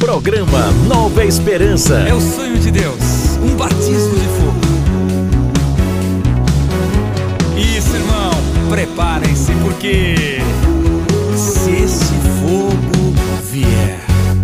Programa Nova Esperança. É o sonho de Deus, um batismo de fogo. Isso, irmão, preparem-se, porque se esse fogo vier,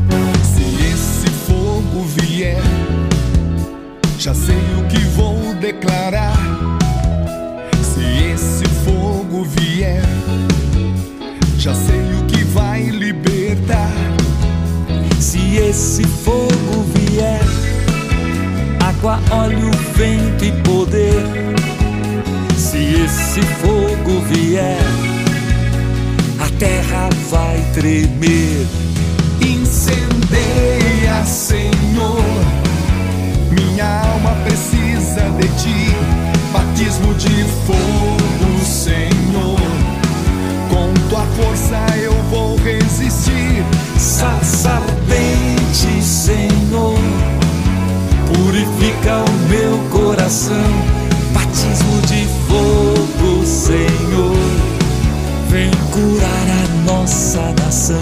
já sei o que vou declarar. Se esse fogo vier, já sei o que vai libertar. se esse fogo vier, água, óleo, vento e poder. Se esse fogo vier, a terra vai tremer. Incendeia, Senhor, minha alma precisa de ti. Batismo de fogo, Senhor, com tua força eu vou resistir. Sarça ardente, Senhor, purifica o meu coração. Batismo de fogo, Senhor, vem curar a nossa nação.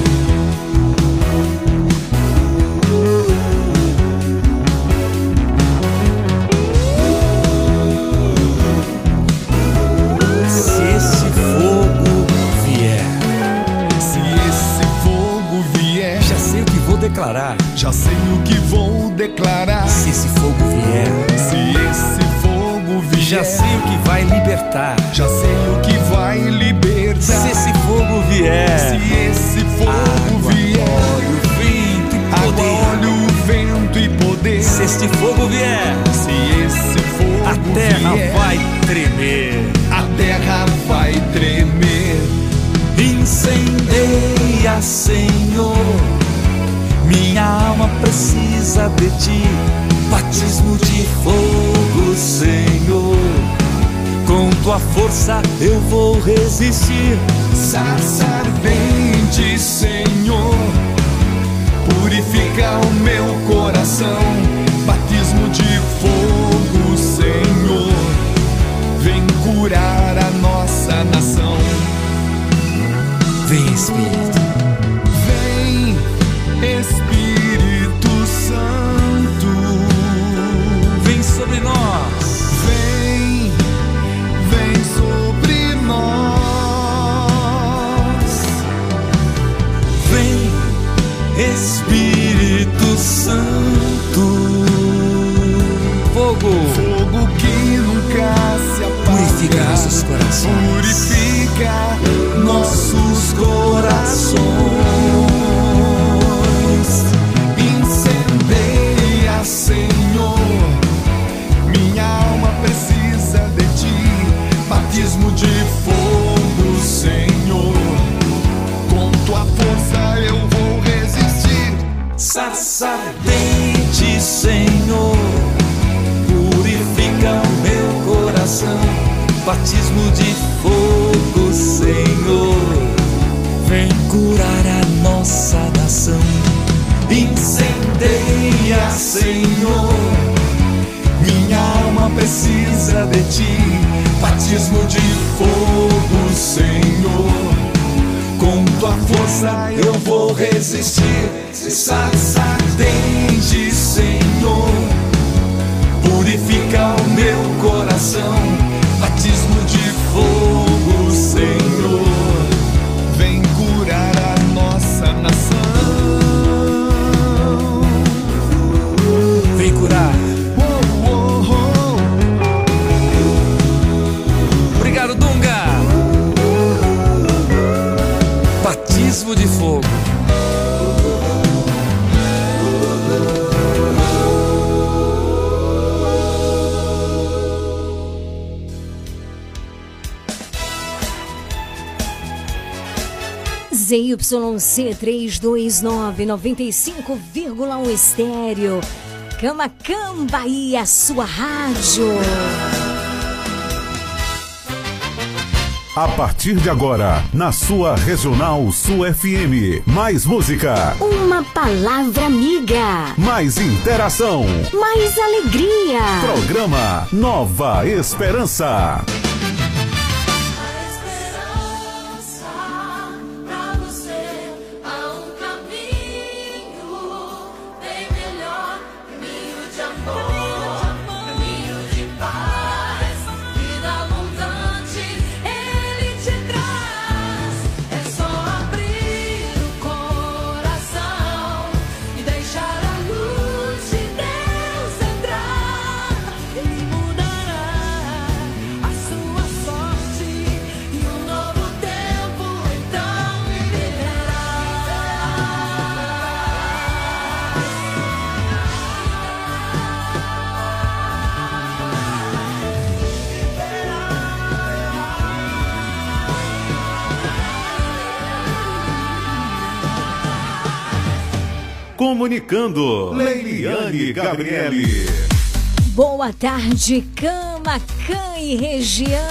Declarar. Já sei o que vou declarar. Se esse fogo vier, se esse fogo vier, já sei o que vai libertar. Já sei o que vai libertar. Se esse fogo vier, se esse fogo água, vier, óleo, vento e poder. Água, óleo, vento e poder. Se este fogo vier, se esse fogo a terra vier, vai tremer. A terra vai tremer. Incendeia, Senhor, minha alma precisa de ti. Batismo de fogo, Senhor, com tua força eu vou resistir. Sarça ardente, Senhor, purifica o meu coração. Batismo de fogo, Senhor, vem curar a nossa nação. Vem, Espírito. Espírito Santo, vem sobre nós. Vem, vem sobre nós. Vem, Espírito Santo. Fogo, fogo que nunca se apaga. Purifica nossos corações. Purifica nossos corações. Senhor, minha alma precisa de ti. Batismo de fogo, Senhor, com tua força eu vou resistir. Sarça ardente, Senhor, purifica o meu coração. Batismo de fogo, Senhor, vem curar a nossa nação. Incendeia, Senhor, minha alma precisa de ti. Batismo de fogo, Senhor, com tua força eu vou resistir. Sarça ardente, Senhor, purifica o meu coração. Batismo de fogo, Senhor, vem curar a nossa nação. Vem curar. Obrigado, Dunga. Batismo de fogo. ZYC 329, 95,1 estéreo. Camacan, Bahia, sua rádio. A partir de agora, na sua Regional Sul FM, mais música. Uma palavra amiga. Mais interação. Mais alegria. Programa Nova Esperança. comunicando. Leiliane Gabriele. Boa tarde, Camaquã e região.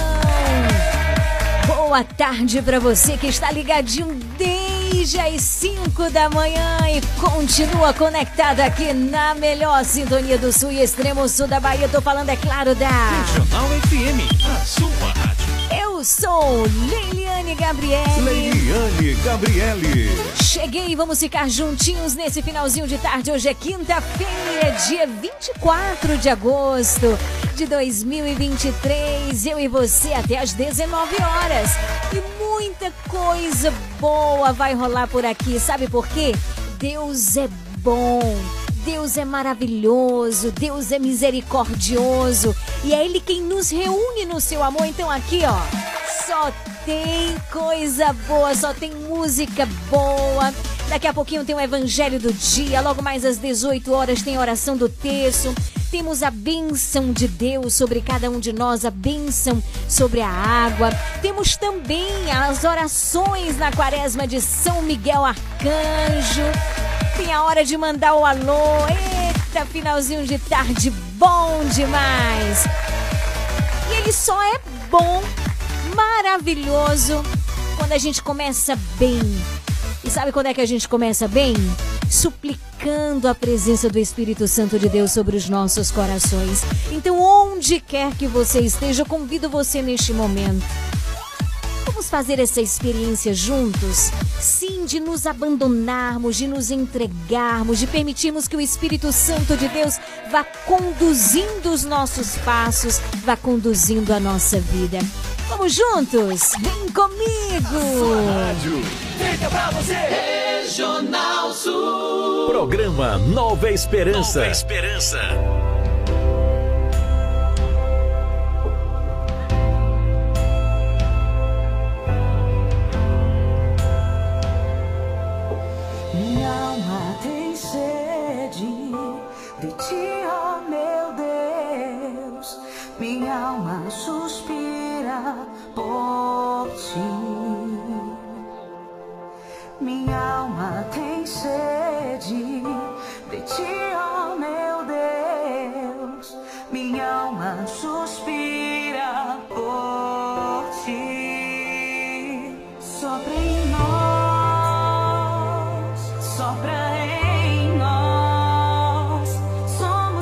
Boa tarde para você que está ligadinho desde as 5 da manhã e continua conectado aqui na melhor sintonia do sul e extremo sul da Bahia. Tô falando, é claro, da Regional FM, a sua rádio. Eu sou Leiliane Gabriele. Leiliane Gabriele. Cheguei, vamos ficar juntinhos nesse finalzinho de tarde. Hoje é quinta-feira, dia 24 de agosto de 2023. Eu e você até às 19 horas. E muita coisa boa vai rolar por aqui. Sabe por quê? Deus é bom. Deus é maravilhoso, Deus é misericordioso e é Ele quem nos reúne no seu amor. Então aqui, ó, só tem coisa boa, só tem música boa. Daqui a pouquinho tem o Evangelho do Dia, logo mais às 18 horas tem a oração do terço. Temos a bênção de Deus sobre cada um de nós, a bênção sobre a água. Temos também as orações na quaresma de São Miguel Arcanjo. Tem a hora de mandar o alô. Eita, finalzinho de tarde, bom demais. E ele só é bom, maravilhoso, quando a gente começa bem. E sabe quando é que a gente começa bem? Suplicando a presença do Espírito Santo de Deus sobre os nossos corações. Então, onde quer que você esteja, eu convido você neste momento. Vamos fazer essa experiência juntos? Sim, de nos abandonarmos, de nos entregarmos, de permitirmos que o Espírito Santo de Deus vá conduzindo os nossos passos, vá conduzindo a nossa vida. Vamos juntos? Vem comigo! Sua rádio. Fica pra você. Regional Sul. Programa Nova Esperança. Nova Esperança. Minha alma tem sede de ti, ó meu Deus. Minha alma suspira por ti. Minha alma tem sede de ti, ó meu Deus. Minha alma suspira por ti. Sopra em nós, sopra em nós. Somos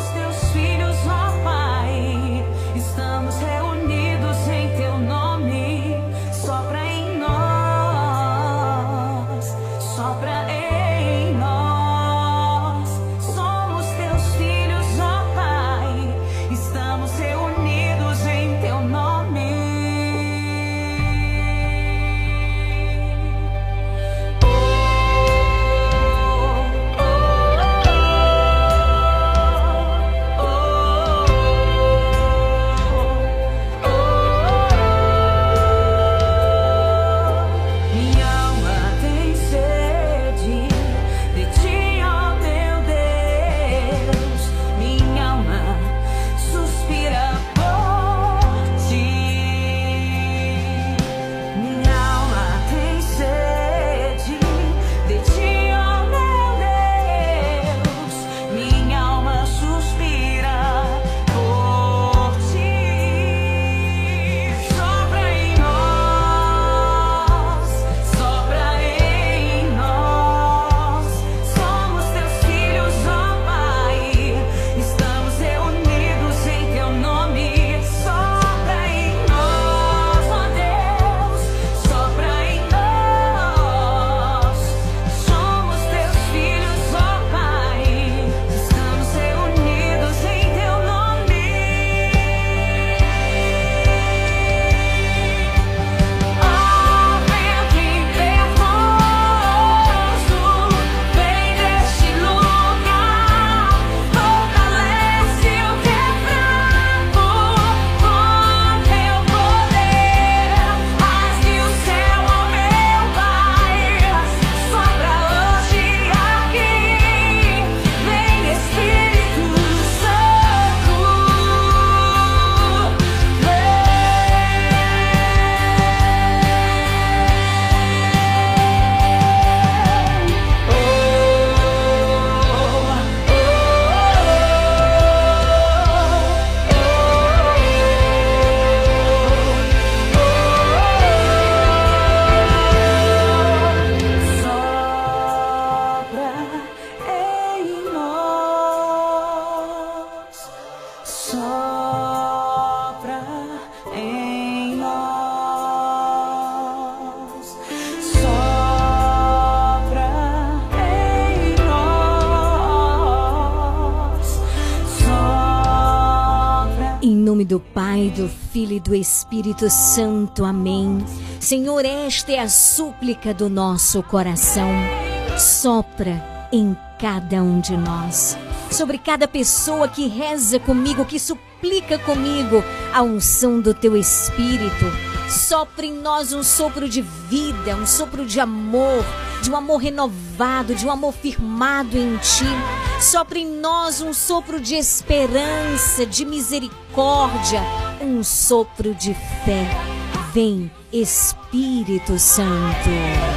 do Pai, do Filho e do Espírito Santo. Amém. Senhor, esta é a súplica do nosso coração. Sopra em cada um de nós, sobre cada pessoa que reza comigo, que suplica comigo, a unção do Teu Espírito. Sopra em nós um sopro de vida, um sopro de amor, de um amor renovado, de um amor firmado em Ti. Sopra em nós um sopro de esperança, de misericórdia, um sopro de fé. Vem, Espírito Santo.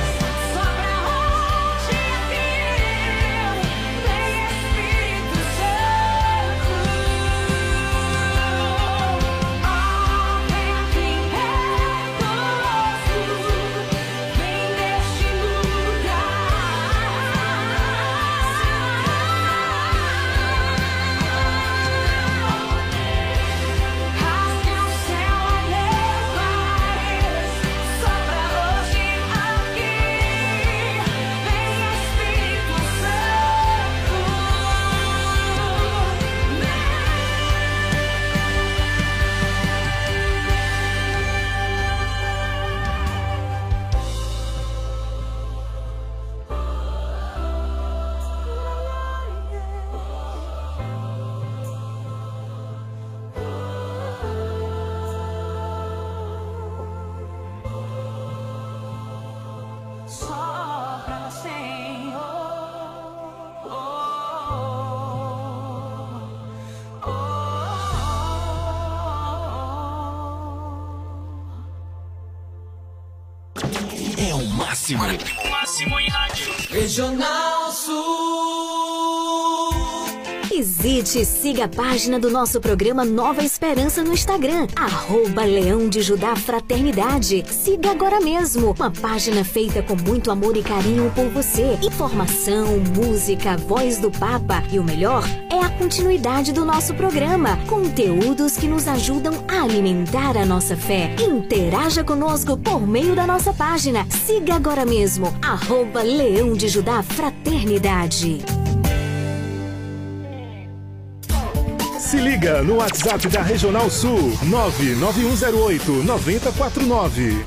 É o máximo. O máximo em rádio. Regional Sul. Visite e siga a página do nosso programa Nova Esperança no Instagram, @Leão de Judá Fraternidade. Siga agora mesmo. Uma página feita com muito amor e carinho por você. Informação, música, voz do Papa e o melhor é a continuidade do nosso programa. Conteúdos que nos ajudam a alimentar a nossa fé. Interaja conosco por meio da nossa página. Siga agora mesmo, @Leão de Judá Fraternidade. Se liga no WhatsApp da Regional Sul, 99108-9049.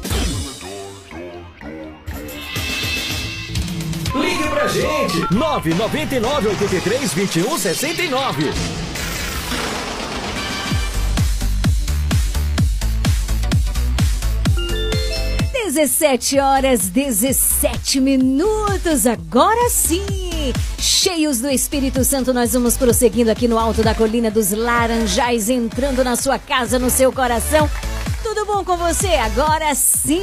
Ligue pra gente. 999-83-2169. 17h17. Agora sim, cheios do Espírito Santo, nós vamos prosseguindo aqui no alto da Colina dos Laranjais, entrando na sua casa, no seu coração. Tudo bom com você? Agora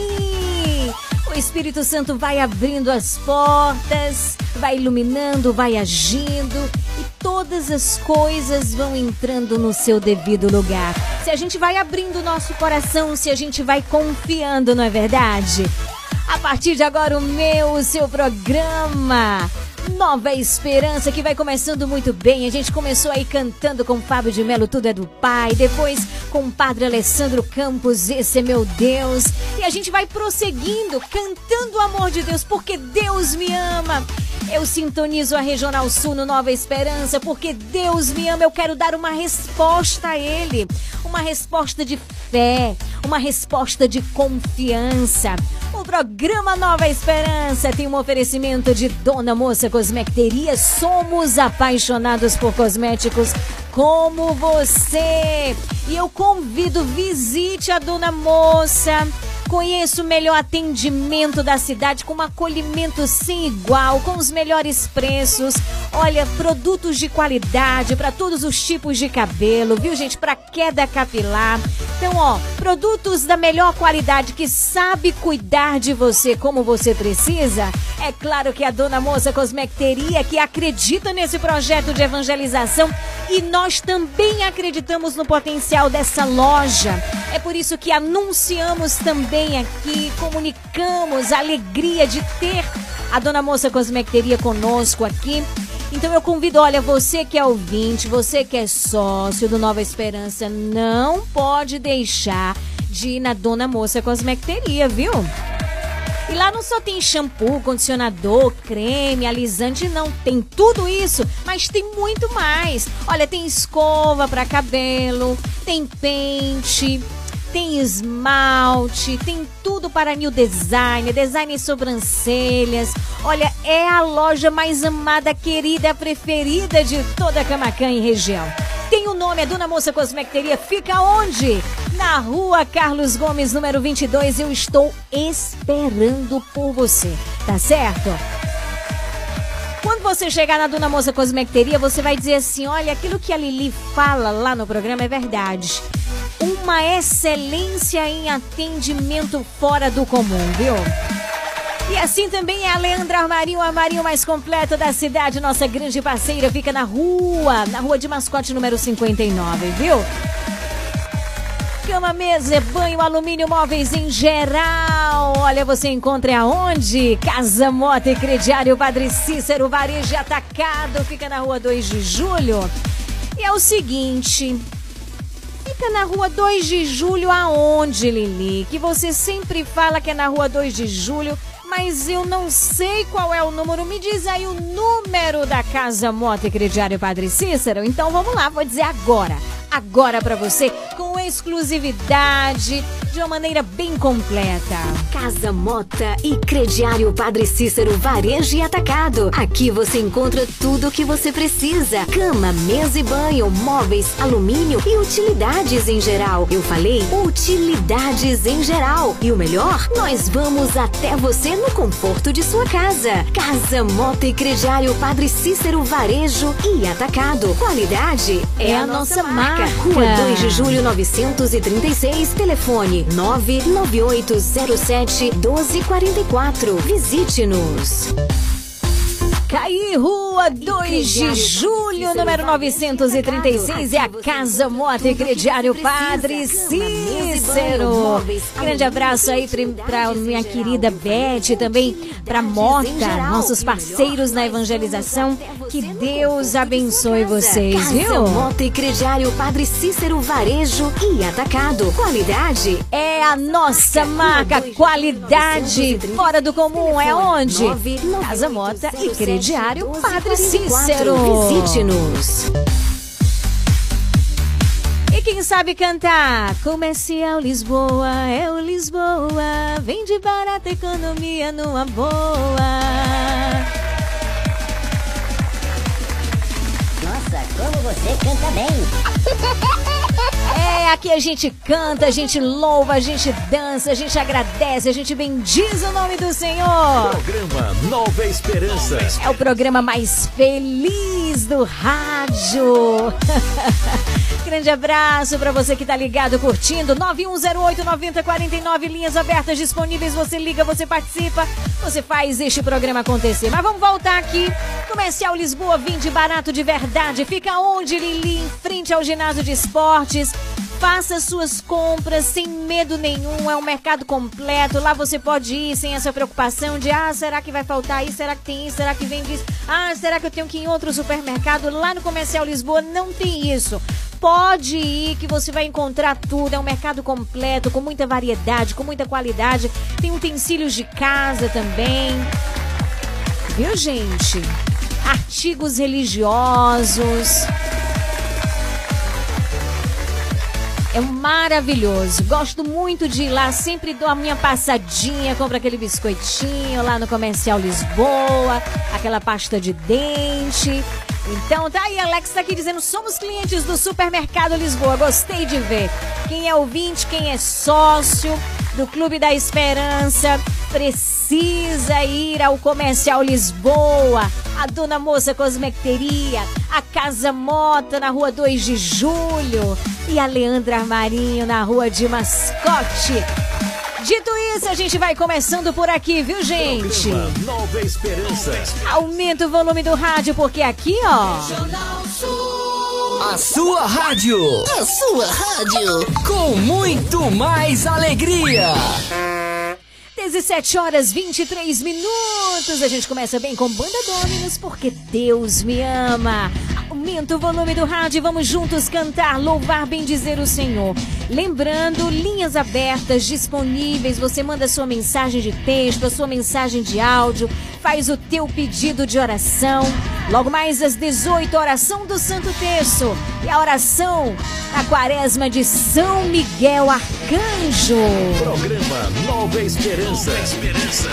sim, o Espírito Santo vai abrindo as portas, vai iluminando, vai agindo e todas as coisas vão entrando no seu devido lugar. Se a gente vai abrindo o nosso coração, se a gente vai confiando, não é verdade? A partir de agora, o seu programa Nova Esperança, que vai começando muito bem. A gente começou aí cantando com Fábio de Melo, Tudo é do Pai. Depois com o Padre Alessandro Campos, Esse é Meu Deus. E a gente vai prosseguindo, cantando o amor de Deus, porque Deus me ama. Eu sintonizo a Regional Sul no Nova Esperança, porque Deus me ama. Eu quero dar uma resposta a Ele. Uma resposta de fé, uma resposta de confiança. O programa Nova Esperança tem um oferecimento de Dona Moça Cosmecteria. Somos apaixonados por cosméticos como você. E eu convido, visite a Dona Moça. Conheça o melhor atendimento da cidade, com um acolhimento sem igual, com os melhores preços. Olha, produtos de qualidade para todos os tipos de cabelo, viu, gente? Para queda capilar. Então, ó, produtos da melhor qualidade, que sabe cuidar de você como você precisa. É claro que a Dona Moça Cosmecteria, que acredita nesse projeto de evangelização, e nós também acreditamos no potencial dessa loja. É por isso que anunciamos também aqui, comunicamos a alegria de ter a Dona Moça Cosmecteria conosco aqui. Então eu convido, olha, você que é ouvinte, você que é sócio do Nova Esperança, não pode deixar de ir na Dona Moça Cosmecteria, viu? E lá não só tem shampoo, condicionador, creme, alisante, não. Tem tudo isso, mas tem muito mais. Olha, tem escova para cabelo, tem pente, tem esmalte, tem tudo para new design, design em sobrancelhas. Olha, é a loja mais amada, querida, preferida de toda Camaquã e região. Tem o nome, é Dona Moça Cosmecteria. Fica onde? Na Rua Carlos Gomes, número 22. Eu estou esperando por você, tá certo? Quando você chegar na Dona Moça Cosmecteria, você vai dizer assim, olha, aquilo que a Lili fala lá no programa é verdade. Uma excelência em atendimento fora do comum, viu? E assim também é a Leandra Armarinho, o armarinho mais completo da cidade. Nossa grande parceira fica na rua de Mascote número 59, viu? Cama, mesa, banho, alumínio, móveis em geral. Olha, você encontra aonde? Casa Mota e Crediário Padre Cícero, varejo atacado. Fica na rua 2 de julho. E é o seguinte... Fica na rua 2 de julho aonde, Lili? Que você sempre fala que é na rua 2 de julho, mas eu não sei qual é o número. Me diz aí o número da Casa Mota e Crediário Padre Cícero. Então vamos lá, vou dizer agora. Agora pra você, com exclusividade, de uma maneira bem completa. Casa Mota e Crediário Padre Cícero, varejo e atacado. Aqui você encontra tudo o que você precisa. Cama, mesa e banho, móveis, alumínio e utilidades em geral. Eu falei utilidades em geral. E o melhor, nós vamos até você no conforto de sua casa. Casa Mota e Crediário Padre Cícero, varejo e atacado. Qualidade é a nossa marca. Rua 2 de julho 936, telefone 99807-1244. Visite-nos. Caí, Rua 2 de julho, número 936, é a Casa Mota e Crediário Padre Cícero. Grande abraço aí pra minha querida Beth, também pra Mota, nossos parceiros na evangelização. Que Deus abençoe vocês, viu? Casa Mota e Crediário Padre Cícero, varejo e atacado. Qualidade é a nossa marca, qualidade fora do comum. É onde? Casa Mota e Crediário Padre Cícero. Visite-nos. E quem sabe cantar? Comercial Lisboa, é o Lisboa. Vem de barata economia numa boa. Nossa, como você canta bem. É, aqui a gente canta, a gente louva, a gente dança, a gente agradece, a gente bendiz o nome do Senhor. Programa Nova Esperança. É o programa mais feliz do rádio. Grande abraço pra você que tá ligado, curtindo. 9108-9049, linhas abertas disponíveis. Você liga, você participa, você faz este programa acontecer. Mas vamos voltar aqui. Comercial Lisboa, vim de barato de verdade. Fica onde, Lili? Em frente ao ginásio de esportes. Faça suas compras sem medo nenhum, é um mercado completo. Lá você pode ir sem essa preocupação de será que vai faltar isso? Será que tem isso? Será que vende isso? Será que eu tenho que ir em outro supermercado? Lá no Comercial Lisboa não tem isso. Pode ir que você vai encontrar tudo. É um mercado completo, com muita variedade, com muita qualidade. Tem utensílios de casa também. Viu, gente? Artigos religiosos. É maravilhoso. Gosto muito de ir lá. Sempre dou a minha passadinha. Compro aquele biscoitinho lá no Comercial Lisboa. Aquela pasta de dente. Então tá aí, Alex tá aqui dizendo: somos clientes do Supermercado Lisboa. Gostei de ver. Quem é ouvinte, quem é sócio do Clube da Esperança, precisa ir ao Comercial Lisboa, a Dona Moça Cosmecteria, a Casa Mota na Rua 2 de Julho e a Leandra Armarinho na Rua de Mascote. Dito isso, a gente vai começando por aqui, viu, gente? Programa Nova Esperança. Aumenta o volume do rádio, porque aqui, ó... A sua rádio. A sua rádio. Com muito mais alegria. 17h23. A gente começa bem com Banda Dominus, porque Deus me ama. Aumenta o volume do rádio e vamos juntos cantar, louvar, bendizer o Senhor. Lembrando, linhas abertas, disponíveis. Você manda sua mensagem de texto, a sua mensagem de áudio, faz o teu pedido de oração. Logo mais às 18, oração do Santo Terço. E a oração na quaresma de São Miguel Arcanjo. Programa Nova Esperança. Nova Esperança.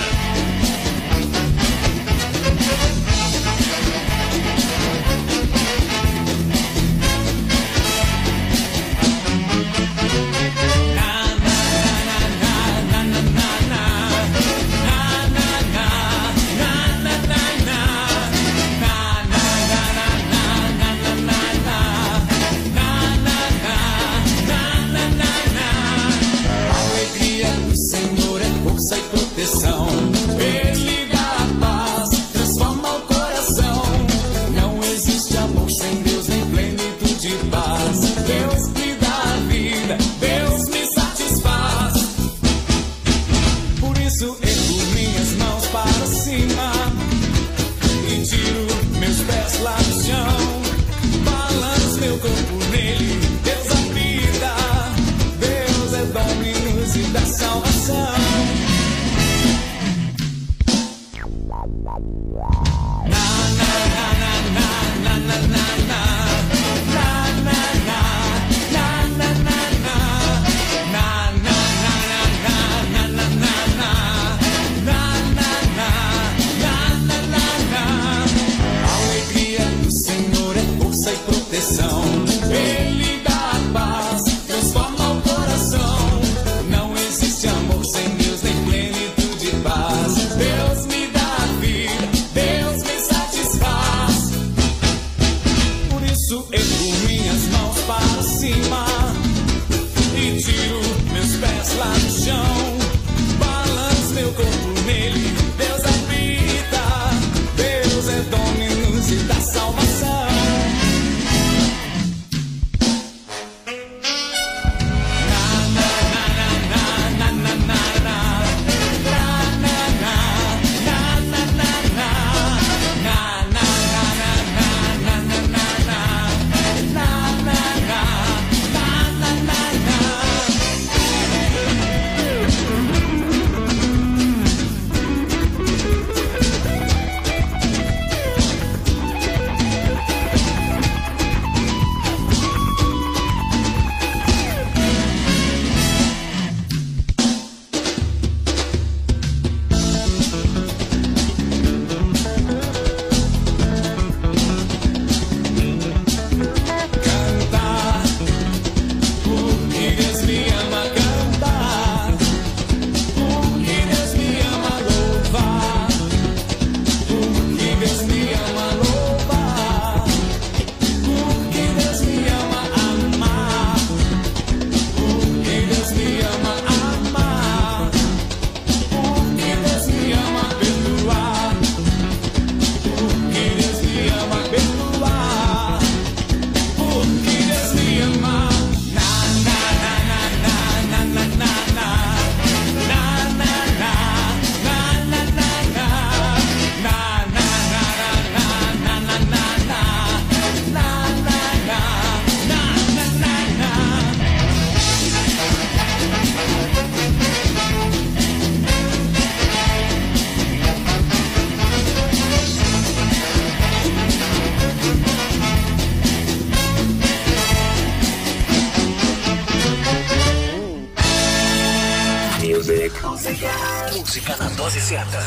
Música na dose certa.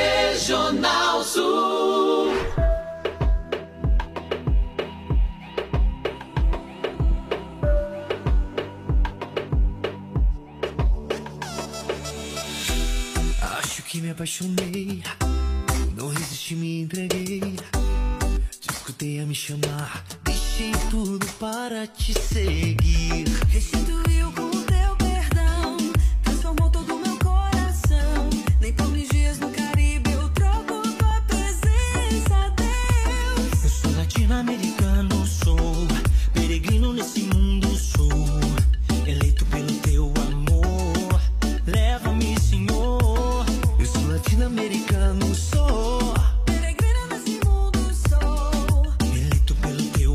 Regional Sul. Acho que me apaixonei, não resisti, me entreguei. Te escutei a me chamar, deixei tudo para te seguir. Restituiu com o teu perdão, transformou todo o meu coração. Nem por dias no Caribe eu troco tua presença, Deus. Eu sou latino-americano, sou peregrino nesse mundo, sou eleito pelo teu amor. Leva-me, Senhor. Eu sou latino-americano, sou peregrino nesse mundo, sou eleito pelo teu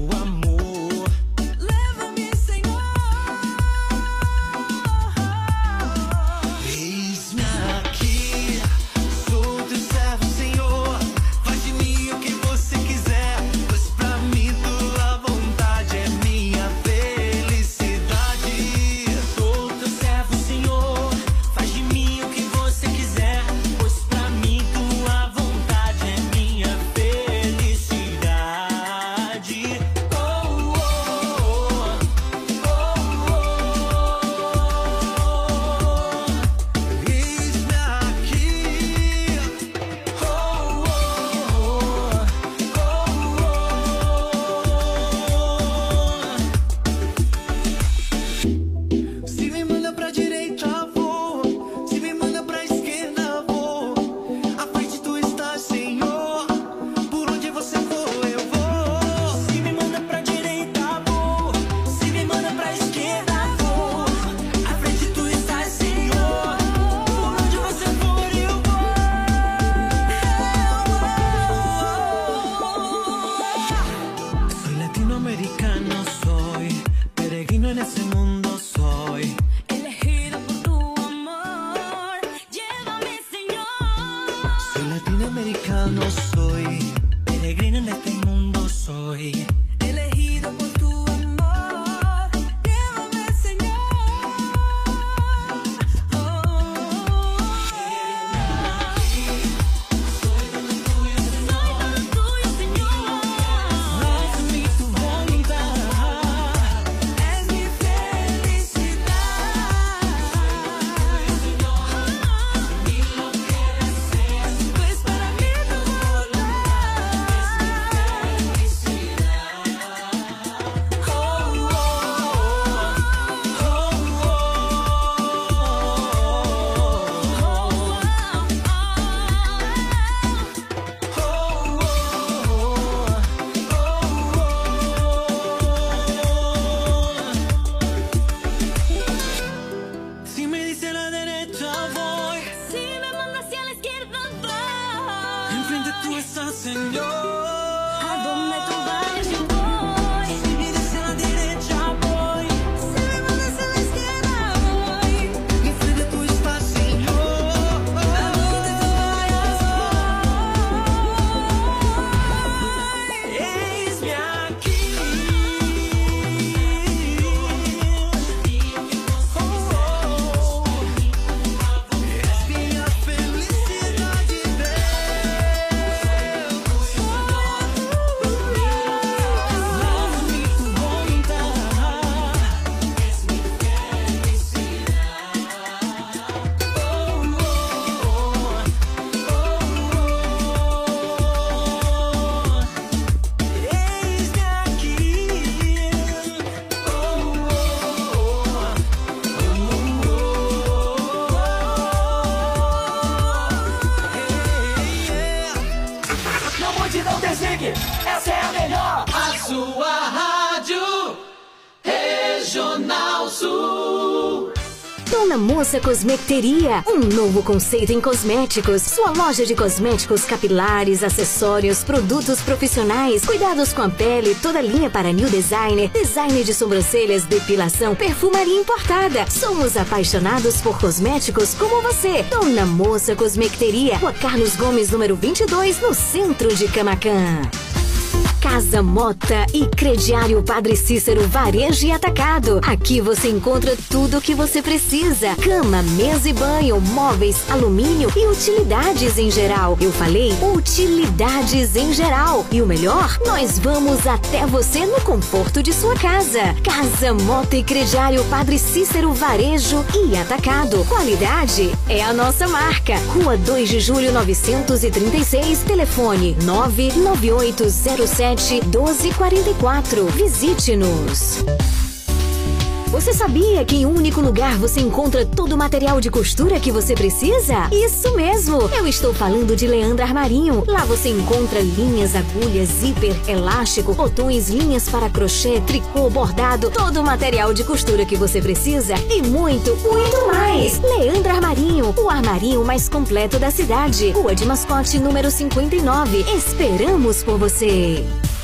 Na Moça Cosmecteria, um novo conceito em cosméticos. Sua loja de cosméticos capilares, acessórios, produtos profissionais, cuidados com a pele, toda linha para new designer, design de sobrancelhas, depilação, perfumaria importada. Somos apaixonados por cosméticos como você. Dona Moça Cosmecteria, Rua Carlos Gomes, número 22, no centro de Camaquã. Casa Mota e Crediário Padre Cícero Varejo e Atacado. Aqui você encontra tudo o que você precisa. Cama, mesa e banho, móveis, alumínio e utilidades em geral. Eu falei utilidades em geral. E o melhor, nós vamos até você no conforto de sua casa. Casa Mota e Crediário Padre Cícero Varejo e Atacado. Qualidade é a nossa marca. Rua 2 de Julho 936, telefone 99807 1244. Visite-nos. Você sabia que em um único lugar você encontra todo o material de costura que você precisa? Isso mesmo! Eu estou falando de Leandro Armarinho. Lá você encontra linhas, agulhas, zíper, elástico, botões, linhas para crochê, tricô, bordado, todo o material de costura que você precisa e muito, muito mais! Leandro Armarinho, o armarinho mais completo da cidade. Rua de Mascote, número 59. Esperamos por você!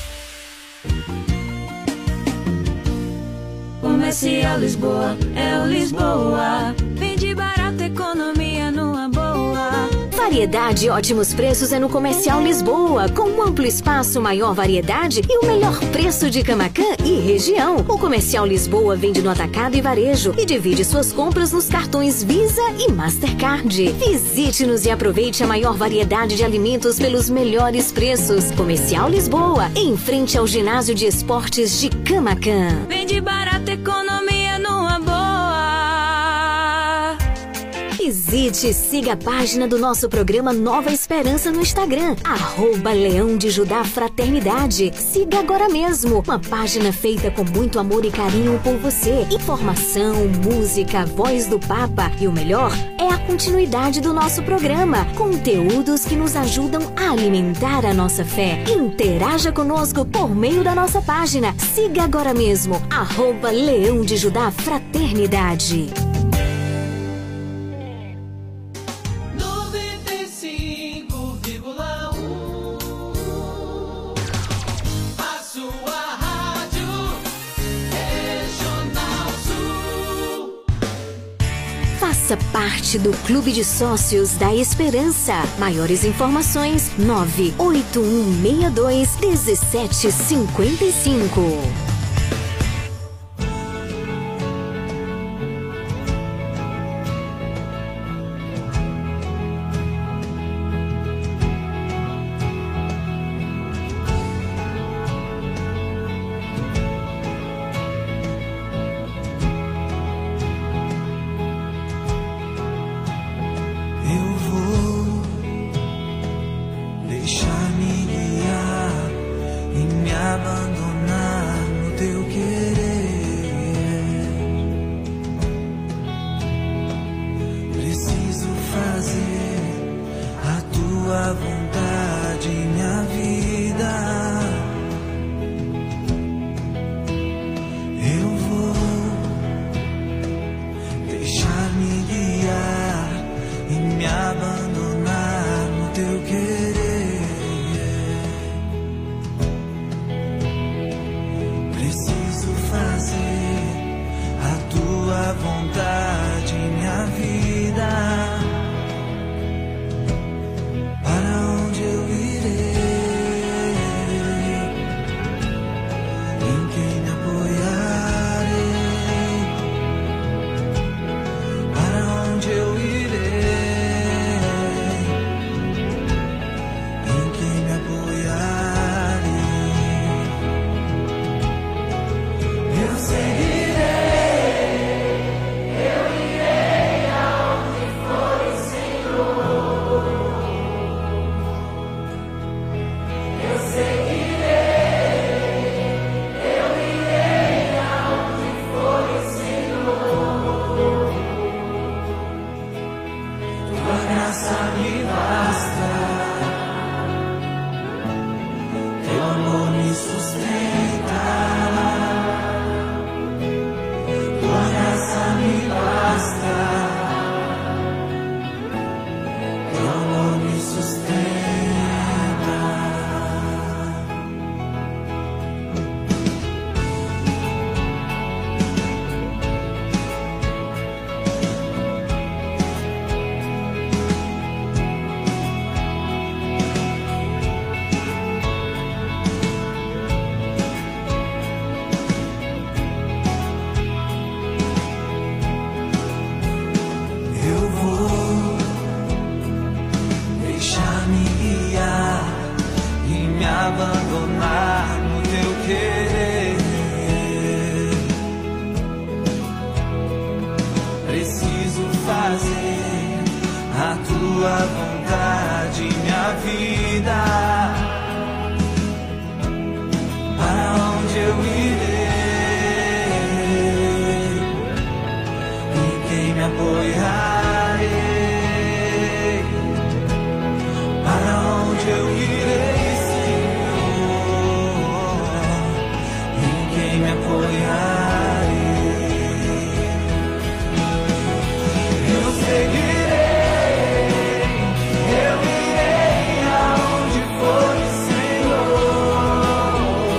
Comercial Lisboa, é o Lisboa. Vende barato, economia numa boa. Variedade e ótimos preços é no Comercial Lisboa, com um amplo espaço, maior variedade e o melhor preço de Camaquã e região. O Comercial Lisboa vende no atacado e varejo e divide suas compras nos cartões Visa e Mastercard. Visite-nos e aproveite a maior variedade de alimentos pelos melhores preços. Comercial Lisboa, em frente ao Ginásio de Esportes de Camaquã. Vende barato, economia numa boa. Visite e siga a página do nosso programa Nova Esperança no Instagram, @Leão de Judá Fraternidade. Siga agora mesmo, uma página feita com muito amor e carinho por você. Informação, música, voz do Papa e o melhor é a continuidade do nosso programa. Conteúdos que nos ajudam a alimentar a nossa fé. Interaja conosco por meio da nossa página. Siga agora mesmo, @Leão de Judá Fraternidade. Faça parte do Clube de Sócios da Esperança. Maiores informações 98162-1755. Deixar-me guiar e me abandonar no onde eu irei? Em quem me apoiarei? Para onde eu irei, Senhor? Em quem me apoiarei? Eu seguirei, eu irei aonde for, Senhor.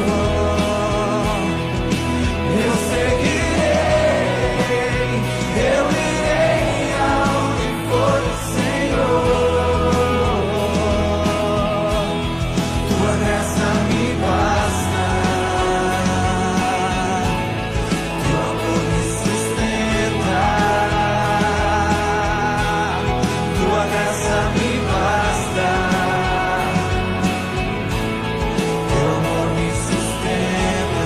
Eu seguirei, eu irei aonde for, Senhor. Tua graça me basta, teu amor me sustenta. Tua graça me basta, teu amor me sustenta.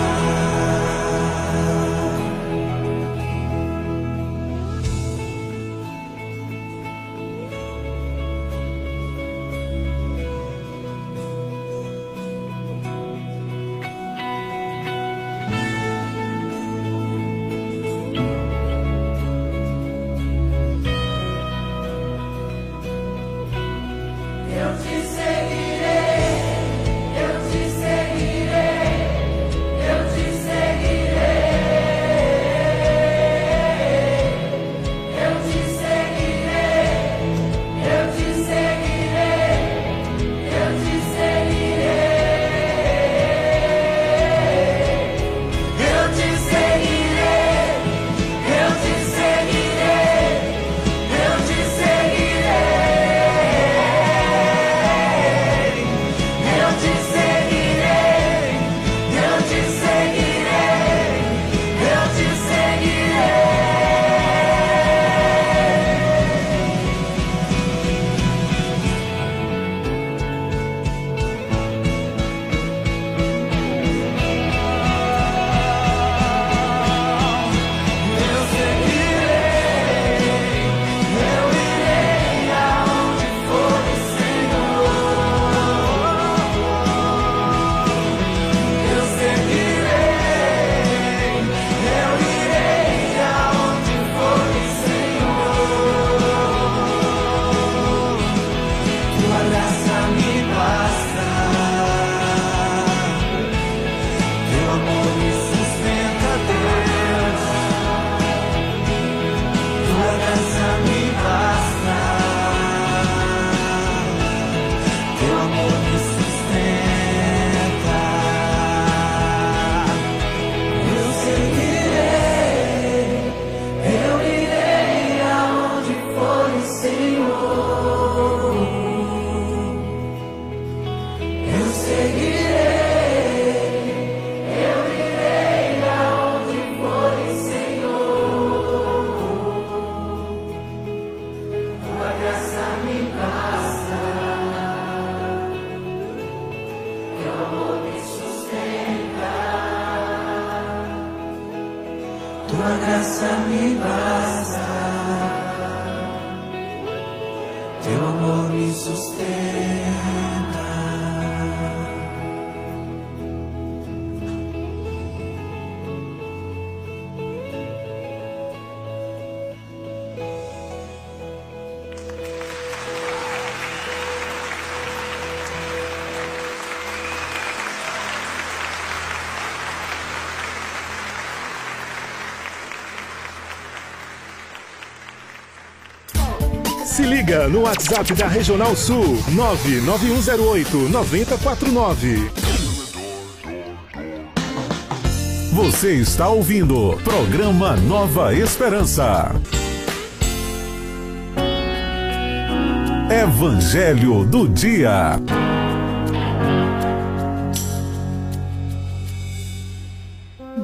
Eu te seguirei, eu te seguirei, eu te seguirei, eu te seguirei, eu te seguirei, eu te seguirei, eu te seguirei, eu te seguirei, eu te seguirei. Eu te seguirei, eu te seguirei, eu te eu irei aonde for, eu seguirei, eu irei aonde for, Senhor. Tua graça me basta, teu amor me sustenta, Deus. Tua graça me basta, teu amor me sustenta. Eu seguirei, eu irei aonde for, Senhor. Eu seguirei, eu irei aonde for, Senhor. Tua graça me basta, teu amor me sustenta. Tua graça me basta, teu amor me sustenta. Se liga no WhatsApp da Regional Sul, 99108-9049. Você está ouvindo programa Nova Esperança. Evangelho do Dia. Às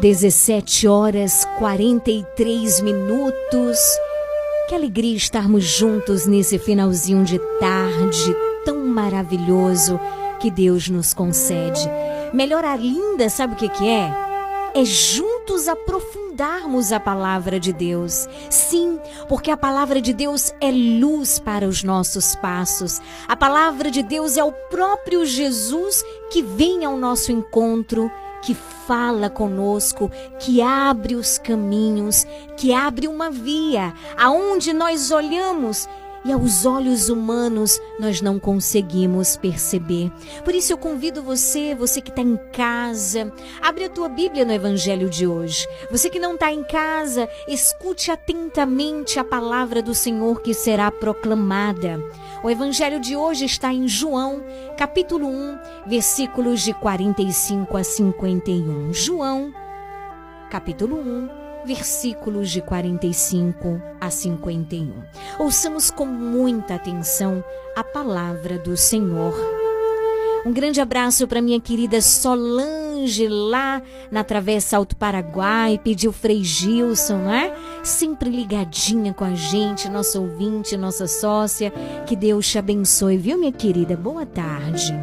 17h43. Que alegria estarmos juntos nesse finalzinho de tarde tão maravilhoso que Deus nos concede. Melhor ainda, sabe o que é? É juntos aprofundarmos a palavra de Deus. Sim, porque a palavra de Deus é luz para os nossos passos. A palavra de Deus é o próprio Jesus que vem ao nosso encontro, que fala conosco, que abre os caminhos, que abre uma via aonde nós olhamos e aos olhos humanos nós não conseguimos perceber. Por isso eu convido você que está em casa, abre a tua Bíblia no Evangelho de hoje. Você que não está em casa, escute atentamente a palavra do Senhor que será proclamada. O Evangelho de hoje está em João, capítulo 1, versículos de 45 a 51. João, capítulo 1. Versículos de 45 a 51. Ouçamos com muita atenção a palavra do Senhor. Um grande abraço para minha querida Solange, lá na Travessa Alto Paraguai, pediu Frei Gilson, né? Sempre ligadinha com a gente, nossa ouvinte, nossa sócia. Que Deus te abençoe, viu, minha querida? Boa tarde.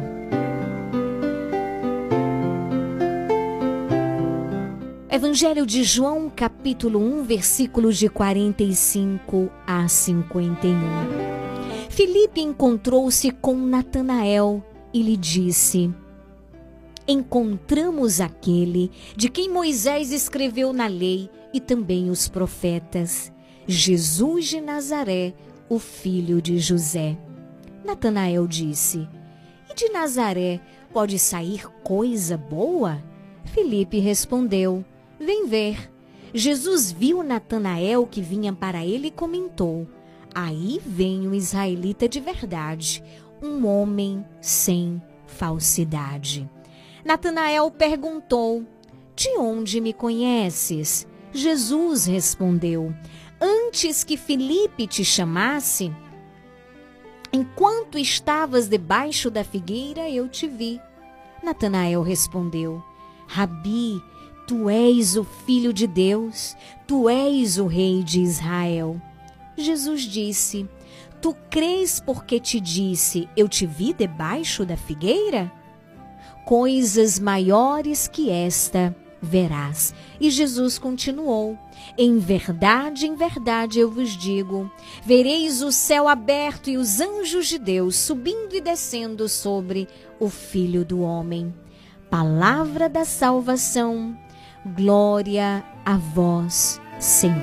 Evangelho de João, capítulo 1, versículos de 45 a 51. Filipe encontrou-se com Natanael e lhe disse: encontramos aquele de quem Moisés escreveu na lei e também os profetas, Jesus de Nazaré, o filho de José. Natanael disse: e de Nazaré pode sair coisa boa? Filipe respondeu: vem ver. Jesus viu Natanael que vinha para ele e comentou: aí vem um israelita de verdade, um homem sem falsidade. Natanael perguntou: de onde me conheces? Jesus respondeu: antes que Filipe te chamasse, enquanto estavas debaixo da figueira, eu te vi. Natanael respondeu: Rabi, tu és o Filho de Deus, tu és o Rei de Israel. Jesus disse: tu crês porque te disse, eu te vi debaixo da figueira? Coisas maiores que esta verás. E Jesus continuou: em verdade eu vos digo, vereis o céu aberto e os anjos de Deus subindo e descendo sobre o Filho do Homem. Palavra da salvação. Glória a vós, Senhor.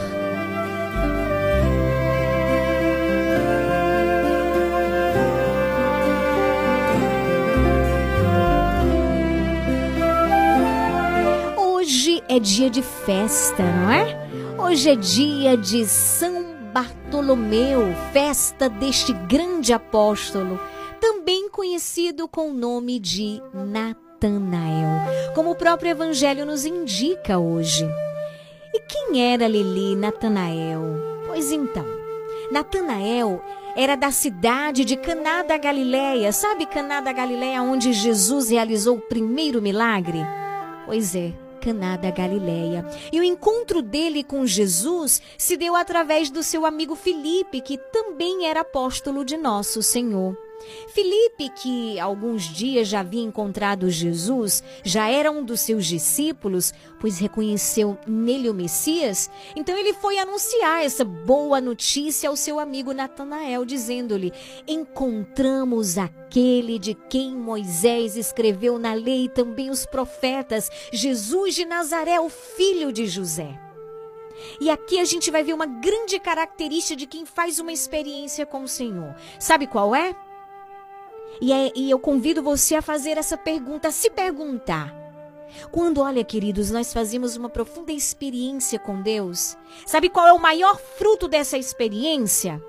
Hoje é dia de festa, não é? Hoje é dia de São Bartolomeu, festa deste grande apóstolo, também conhecido com o nome de Natanael, como o próprio Evangelho nos indica hoje. E quem era Lili Natanael? Pois então, Natanael era da cidade de Caná da Galileia. Sabe Caná da Galileia, onde Jesus realizou o primeiro milagre? Pois é, Caná da Galileia. E o encontro dele com Jesus se deu através do seu amigo Filipe, que também era apóstolo de Nosso Senhor. Filipe, que alguns dias já havia encontrado Jesus, já era um dos seus discípulos, pois reconheceu nele o Messias. Então ele foi anunciar essa boa notícia ao seu amigo Natanael, dizendo-lhe: encontramos aquele de quem Moisés escreveu na lei e também os profetas, Jesus de Nazaré, o filho de José. E aqui a gente vai ver uma grande característica de quem faz uma experiência com o Senhor. Sabe qual é? E eu convido você a fazer essa pergunta, a se perguntar. Quando, olha, queridos, nós fazemos uma profunda experiência com Deus, sabe qual é o maior fruto dessa experiência?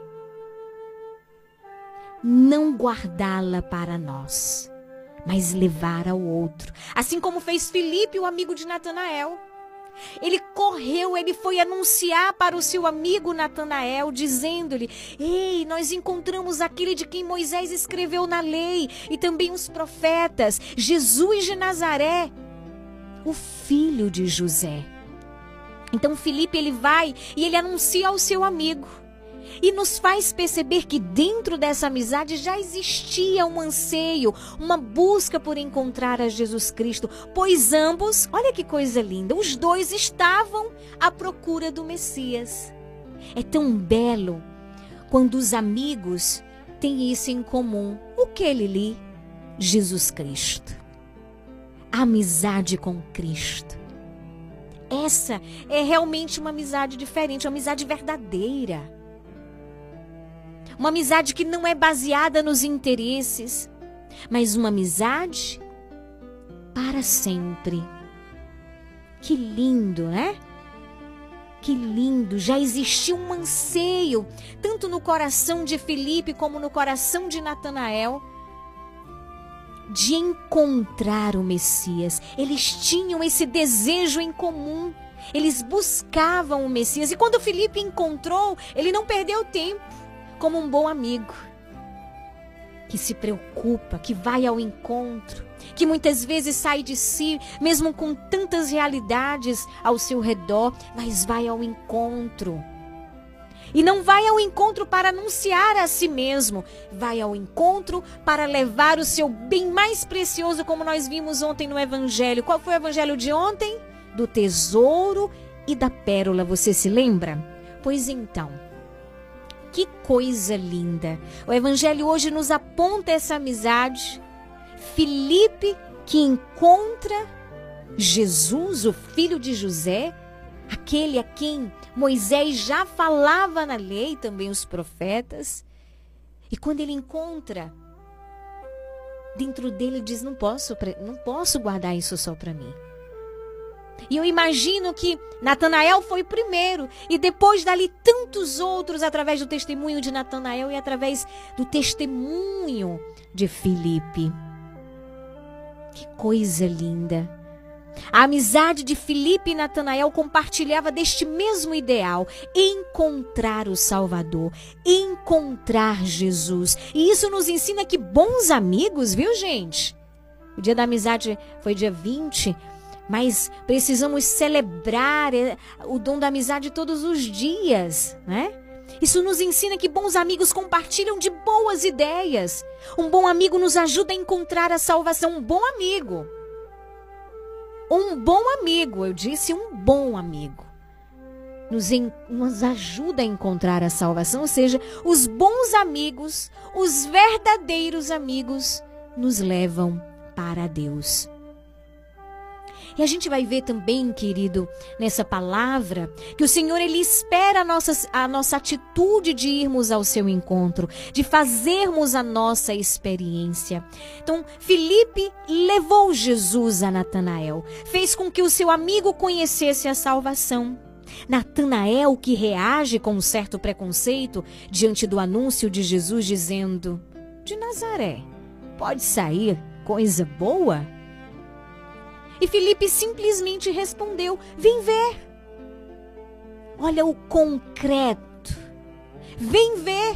Não guardá-la para nós, mas levar ao outro. Assim como fez Filipe, o amigo de Natanael. Ele correu, ele foi anunciar para o seu amigo Natanael, dizendo-lhe: ei, nós encontramos aquele de quem Moisés escreveu na lei e também os profetas, Jesus de Nazaré, o filho de José. Então Filipe, ele vai e ele anuncia ao seu amigo. E nos faz perceber que dentro dessa amizade já existia um anseio, uma busca por encontrar a Jesus Cristo, pois ambos, olha que coisa linda, os dois estavam à procura do Messias. É tão belo quando os amigos têm isso em comum. O que, Lili? Jesus Cristo. amizade com Cristo. Essa é realmente uma amizade diferente, uma amizade verdadeira. Uma amizade que não é baseada nos interesses, mas uma amizade para sempre. Que lindo, né? Que lindo! Já existia um anseio, tanto no coração de Filipe como no coração de Natanael, de encontrar o Messias. Eles tinham esse desejo em comum. Eles buscavam o Messias. E quando Filipe encontrou, ele não perdeu tempo, como um bom amigo que se preocupa, que vai ao encontro, que muitas vezes sai de si, mesmo com tantas realidades ao seu redor, mas vai ao encontro. E não vai ao encontro para anunciar a si mesmo, vai ao encontro para levar o seu bem mais precioso, como nós vimos ontem no Evangelho. Qual foi o Evangelho de ontem? Do tesouro e da pérola, você se lembra? Pois então, que coisa linda! O Evangelho hoje nos aponta essa amizade. Filipe que encontra Jesus, o filho de José, aquele a quem Moisés já falava na lei, também os profetas. E quando ele encontra, dentro dele diz, não posso guardar isso só para mim. E eu imagino que Natanael foi o primeiro, e depois dali tantos outros, através do testemunho de Natanael e através do testemunho de Filipe. Que coisa linda! A amizade de Filipe e Natanael compartilhava deste mesmo ideal, encontrar o Salvador, encontrar Jesus. E isso nos ensina que bons amigos, viu, gente? O dia da amizade foi dia 20, mas precisamos celebrar o dom da amizade todos os dias, né? Isso nos ensina que bons amigos compartilham de boas ideias. Um bom amigo nos ajuda a encontrar a salvação. Um bom amigo, eu disse um bom amigo, nos ajuda a encontrar a salvação. Ou seja, os bons amigos, os verdadeiros amigos, nos levam para Deus. E a gente vai ver também, querido, nessa palavra, que o Senhor, Ele espera a nossa atitude de irmos ao seu encontro, de fazermos a nossa experiência. Então, Filipe levou Jesus a Natanael, fez com que o seu amigo conhecesse a salvação. Natanael, que reage com um certo preconceito diante do anúncio de Jesus, dizendo, de Nazaré, pode sair coisa boa? E Filipe simplesmente respondeu, vem ver. Olha o concreto. Vem ver.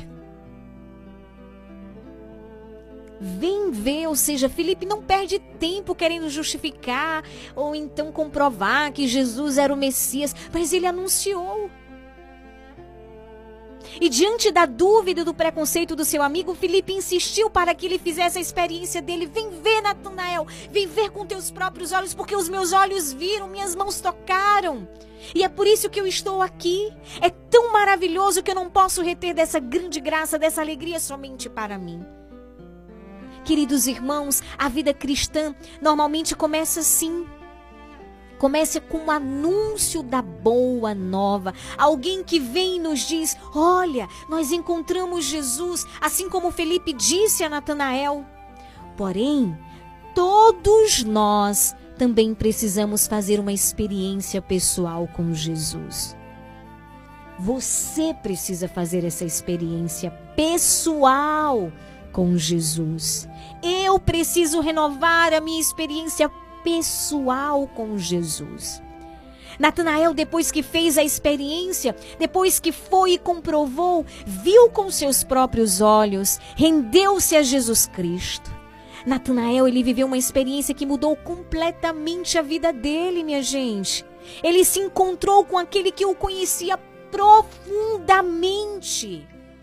Vem ver, ou seja, Filipe não perde tempo querendo justificar ou então comprovar que Jesus era o Messias, mas ele anunciou. E diante da dúvida e do preconceito do seu amigo, Filipe insistiu para que ele fizesse a experiência dele. Vem ver, Natanael, vem ver com teus próprios olhos, porque os meus olhos viram, minhas mãos tocaram. E é por isso que eu estou aqui. É tão maravilhoso que eu não posso reter dessa grande graça, dessa alegria somente para mim. Queridos irmãos, a vida cristã normalmente começa assim. Começa com um anúncio da boa nova. Alguém que vem e nos diz, olha, nós encontramos Jesus, assim como Filipe disse a Natanael. Porém, todos nós também precisamos fazer uma experiência pessoal com Jesus. Você precisa fazer essa experiência pessoal com Jesus. Eu preciso renovar a minha experiência pessoal com Jesus. Natanael, depois que fez a experiência, depois que foi e comprovou, viu com seus próprios olhos, rendeu-se a Jesus Cristo. Natanael, ele viveu uma experiência que mudou completamente a vida dele, minha gente. Ele se encontrou com aquele que o conhecia profundamente.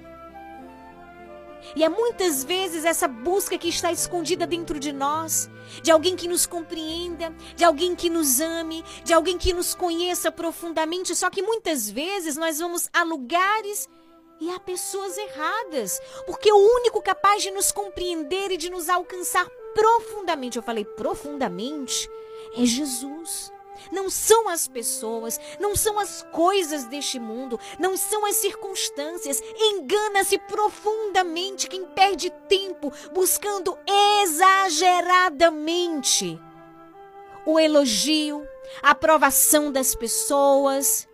E é muitas vezes essa busca que está escondida dentro de nós, de alguém que nos compreenda, de alguém que nos ame, de alguém que nos conheça profundamente. Só que muitas vezes nós vamos a lugares e a pessoas erradas, porque o único capaz de nos compreender e de nos alcançar profundamente, eu falei profundamente, é Jesus. Não são as pessoas, não são as coisas deste mundo, não são as circunstâncias. Engana-se profundamente quem perde tempo buscando exageradamente o elogio, a aprovação das pessoas,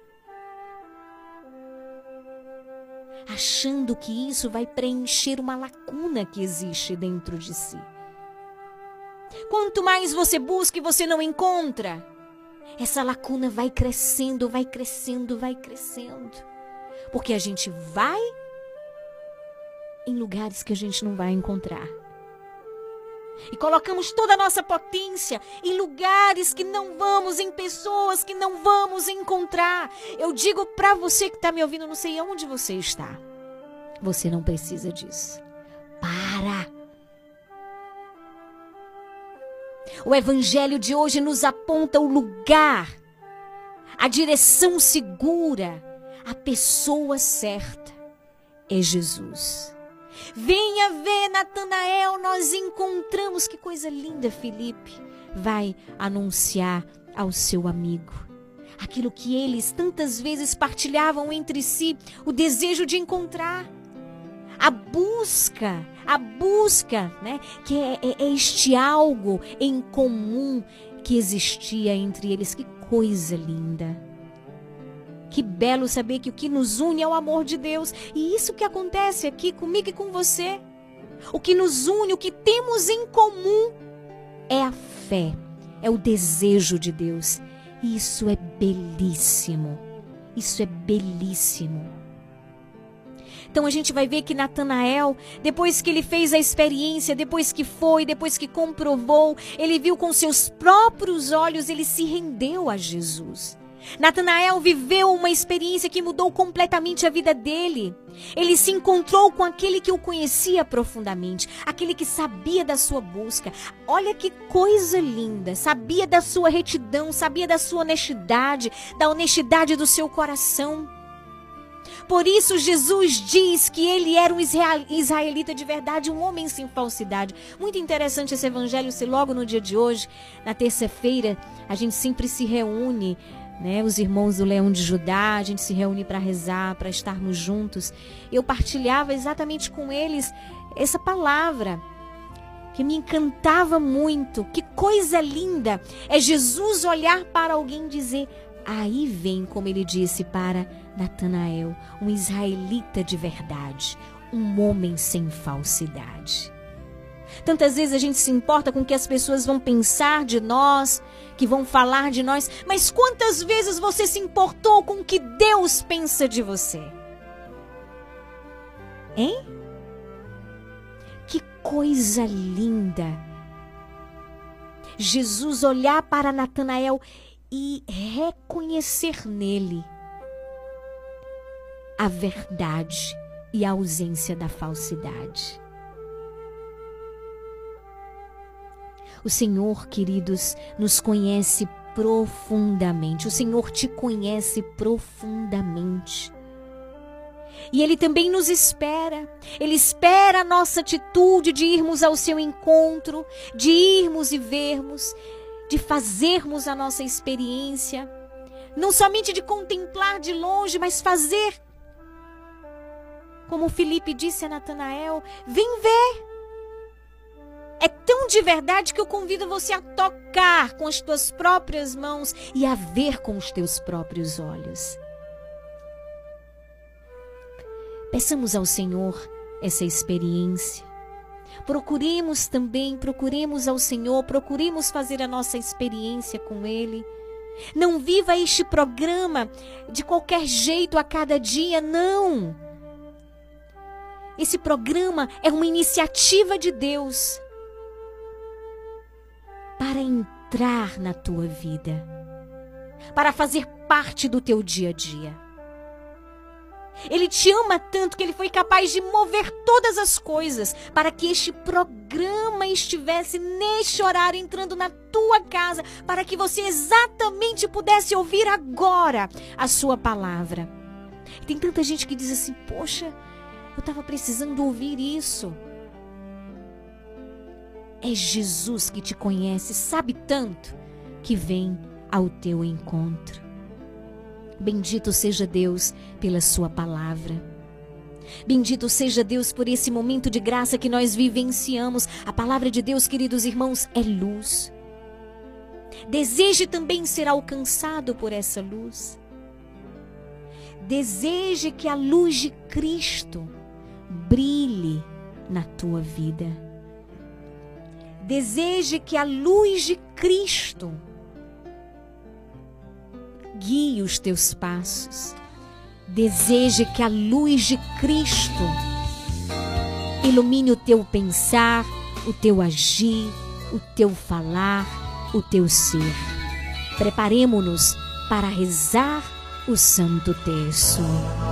achando que isso vai preencher uma lacuna que existe dentro de si. Quanto mais você busca e você não encontra, essa lacuna vai crescendo, vai crescendo, vai crescendo. Porque a gente vai em lugares que a gente não vai encontrar. E colocamos toda a nossa potência em lugares que não vamos, em pessoas que não vamos encontrar. Eu digo para você que está me ouvindo, não sei onde você está. Você não precisa disso. Para! O evangelho de hoje nos aponta o lugar, a direção segura, a pessoa certa. É Jesus. Venha ver, Natanael, nós encontramos. Que coisa linda, Felipe. Vai anunciar ao seu amigo aquilo que eles tantas vezes partilhavam entre si, o desejo de encontrar. A busca, né? Que é este algo em comum que existia entre eles. Que coisa linda. Que belo saber que o que nos une é o amor de Deus. E isso que acontece aqui comigo e com você. O que nos une, o que temos em comum é a fé, é o desejo de Deus. E isso é belíssimo. Isso é belíssimo. Então a gente vai ver que Natanael, depois que ele fez a experiência, depois que foi, depois que comprovou, ele viu com seus próprios olhos, ele se rendeu a Jesus. Natanael viveu uma experiência que mudou completamente a vida dele. Ele se encontrou com aquele que o conhecia profundamente, aquele que sabia da sua busca. Olha que coisa linda, sabia da sua retidão, sabia da sua honestidade, da honestidade do seu coração. Por isso Jesus diz que ele era um israelita de verdade, um homem sem falsidade. Muito interessante esse evangelho, se logo no dia de hoje, na terça-feira, a gente sempre se reúne, né? Os irmãos do Leão de Judá, a gente se reúne para rezar, para estarmos juntos. Eu partilhava exatamente com eles essa palavra que me encantava muito. Que coisa linda é Jesus olhar para alguém e dizer: aí vem, como ele disse para Natanael, um israelita de verdade, um homem sem falsidade. Tantas vezes a gente se importa com o que as pessoas vão pensar de nós, que vão falar de nós, mas quantas vezes você se importou com o que Deus pensa de você? Hein? Que coisa linda! Jesus olhar para Natanael e reconhecer nele a verdade e a ausência da falsidade. O Senhor, queridos, nos conhece profundamente. O Senhor te conhece profundamente. E Ele também nos espera. Ele espera a nossa atitude de irmos ao seu encontro, de irmos e vermos, de fazermos a nossa experiência. Não somente de contemplar de longe, mas fazer. Como Felipe disse a Natanael: vem ver. É tão de verdade que eu convido você a tocar com as tuas próprias mãos e a ver com os teus próprios olhos. Peçamos ao Senhor essa experiência. Procuremos ao Senhor, procuremos fazer a nossa experiência com Ele. Não viva este programa de qualquer jeito a cada dia, não. Esse programa é uma iniciativa de Deus para entrar na tua vida, para fazer parte do teu dia a dia. Ele te ama tanto que Ele foi capaz de mover todas as coisas para que este programa estivesse neste horário, entrando na tua casa, para que você exatamente pudesse ouvir agora a sua palavra. Tem tanta gente que diz assim: poxa, eu estava precisando ouvir isso. É Jesus que te conhece, sabe tanto, que vem ao teu encontro. Bendito seja Deus pela sua palavra. Bendito seja Deus por esse momento de graça que nós vivenciamos. A palavra de Deus, queridos irmãos, é luz. Deseje também ser alcançado por essa luz. Deseje que a luz de Cristo brilhe na tua vida. Deseje que a luz de Cristo guie os teus passos. Deseje que a luz de Cristo ilumine o teu pensar, o teu agir, o teu falar, o teu ser. Preparemo-nos para rezar o Santo Terço.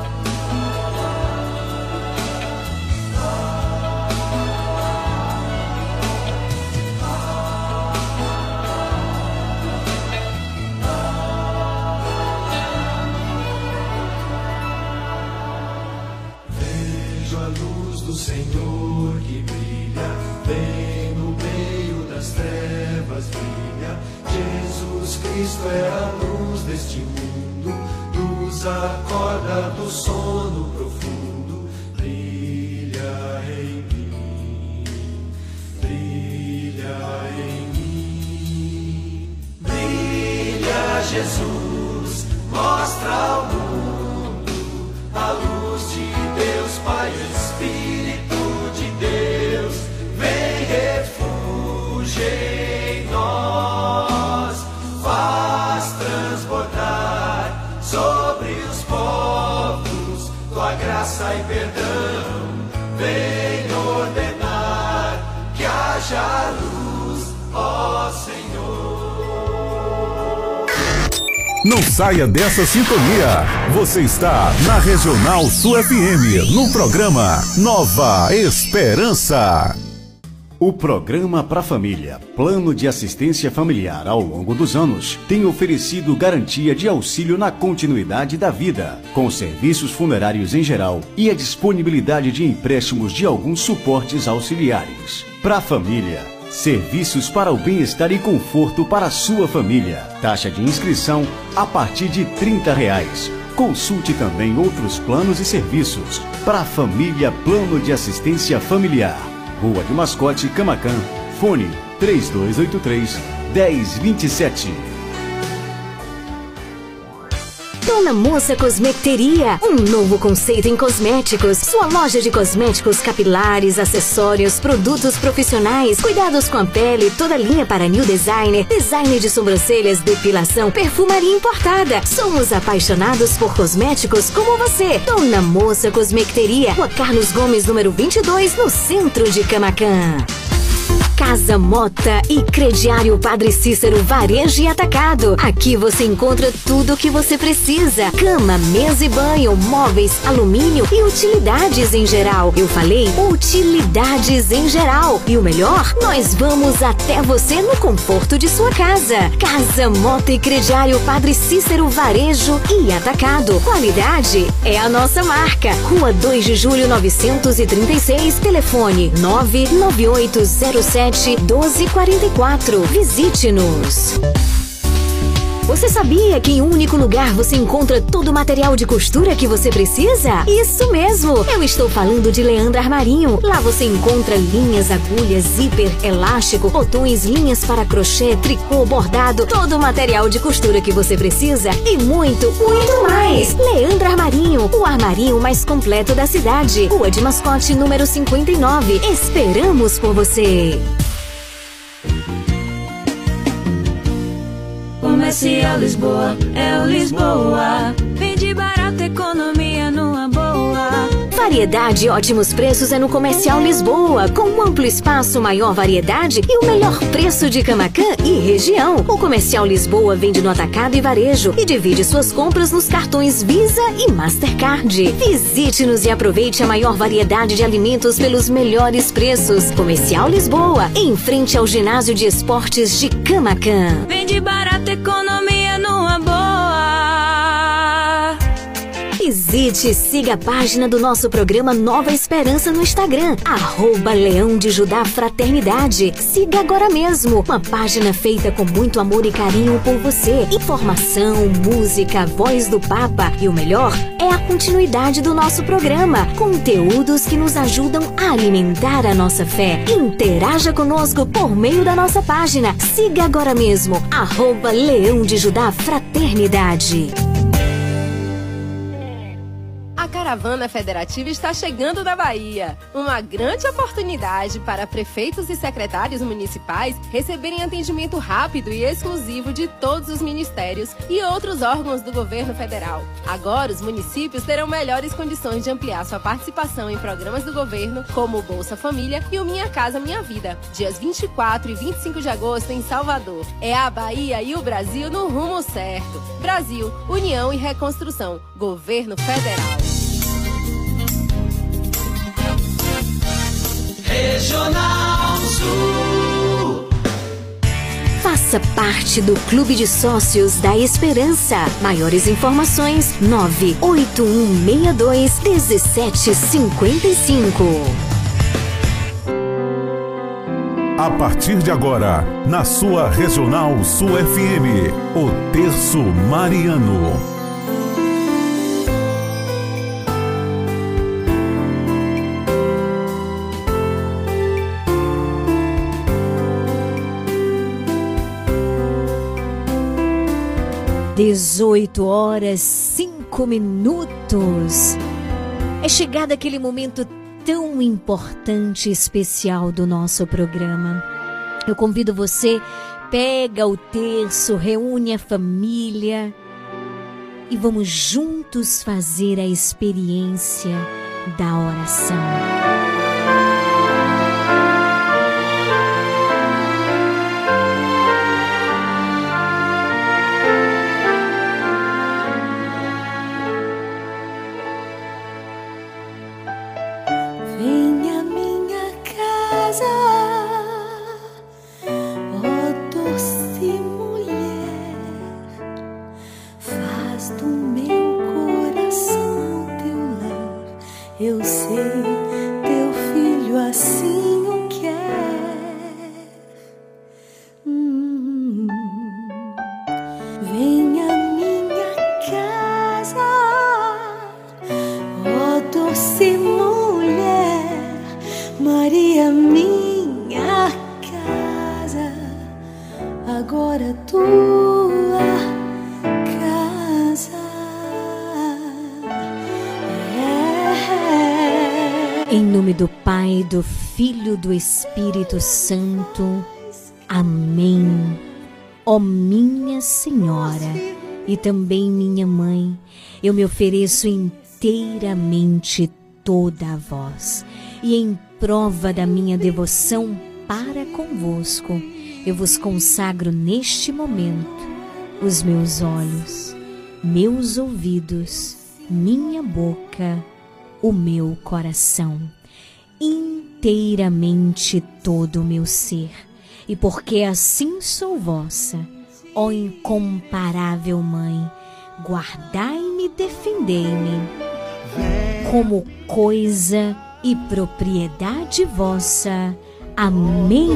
Senhor que brilha, vem no meio das trevas, brilha. Jesus Cristo é a luz deste mundo, nos acorda do sono profundo. Brilha em mim, brilha em mim. Brilha Jesus, mostra ao mundo a luz de Deus Pai, Espírito de Deus, vem refúgio em nós, faz transbordar sobre os povos tua graça e perdão, vem ordenar que haja luz, ó Senhor. Não saia dessa sintonia. Você está na Regional Sul FM, no programa Nova Esperança. O programa Pra Família, Plano de Assistência Familiar ao longo dos anos, tem oferecido garantia de auxílio na continuidade da vida, com serviços funerários em geral e a disponibilidade de empréstimos de alguns suportes auxiliares. Pra Família, serviços para o bem-estar e conforto para a sua família. Taxa de inscrição a partir de R$30. Consulte também outros planos e serviços. Pra Família, Plano de Assistência Familiar. Rua de Mascote, Camaquã. Fone 3283-1027. Dona Moça Cosmecteria, um novo conceito em cosméticos. Sua loja de cosméticos capilares, acessórios, produtos profissionais, cuidados com a pele, toda linha para new designer, design de sobrancelhas, depilação, perfumaria importada. Somos apaixonados por cosméticos como você. Dona Moça Cosmecteria, Rua Carlos Gomes, número 22, no centro de Camaquã. Casa Mota e Crediário Padre Cícero Varejo e Atacado. Aqui você encontra tudo o que você precisa. Cama, mesa e banho, móveis, alumínio e utilidades em geral. Eu falei utilidades em geral. E o melhor, nós vamos até você no conforto de sua casa. Casa Mota e Crediário Padre Cícero Varejo e Atacado. Qualidade é a nossa marca. Rua 2 de Julho 936. Telefone 99807 1244. Visite-nos. Você sabia que em um único lugar você encontra todo o material de costura que você precisa? Isso mesmo! Eu estou falando de Leandro Armarinho. Lá você encontra linhas, agulhas, zíper, elástico, botões, linhas para crochê, tricô, bordado, todo o material de costura que você precisa e muito, muito mais! Leandro Armarinho, o armarinho mais completo da cidade. Rua de Mascote, número 59. Esperamos por você! Comercial Lisboa, é o Lisboa. Vende barato, economia numa boa. Variedade e ótimos preços é no Comercial Lisboa, com um amplo espaço, maior variedade e o melhor preço de Camaquã e região. O Comercial Lisboa vende no atacado e varejo e divide suas compras nos cartões Visa e Mastercard. Visite-nos e aproveite a maior variedade de alimentos pelos melhores preços. Comercial Lisboa, em frente ao Ginásio de Esportes de Camaquã. Vende barato, economia numa boa. Visite Visite e siga a página do nosso programa Nova Esperança no Instagram, @Leão de Judá Fraternidade. Siga agora mesmo, uma página feita com muito amor e carinho por você. Informação, música, voz do Papa e o melhor é a continuidade do nosso programa. Conteúdos que nos ajudam a alimentar a nossa fé. Interaja conosco por meio da nossa página. Siga agora mesmo, @Leão de Judá Fraternidade. A Caravana Federativa está chegando na Bahia. Uma grande oportunidade para prefeitos e secretários municipais receberem atendimento rápido e exclusivo de todos os ministérios e outros órgãos do governo federal. Agora, os municípios terão melhores condições de ampliar sua participação em programas do governo, como o Bolsa Família e o Minha Casa Minha Vida, dias 24 e 25 de agosto em Salvador. É a Bahia e o Brasil no rumo certo. Brasil, União e Reconstrução. Governo Federal. Regional Sul. Faça parte do Clube de Sócios da Esperança. Maiores informações 98162-1755. A partir de agora, na sua Regional Sul FM, o Terço Mariano. Dezoito horas, 5 minutos. É chegado aquele momento tão importante e especial do nosso programa. Eu convido você, pega o terço, reúne a família e vamos juntos fazer a experiência da oração. Venha à minha casa, ó doce mulher, faz do meu coração teu lar. Eu sei, teu filho assim o quer. Venha à minha casa, ó doce mulher, Maria, minha casa, agora tua casa. Em nome do Pai, do Filho, do Espírito Santo. Amém. Ó minha Senhora e também minha Mãe, eu me ofereço inteiramente toda a vós, e em prova da minha devoção para convosco, eu vos consagro neste momento os meus olhos, meus ouvidos, minha boca, o meu coração, inteiramente todo o meu ser. E porque assim sou vossa, ó incomparável Mãe, guardai-me e defendei-me como coisa e propriedade vossa. Amém.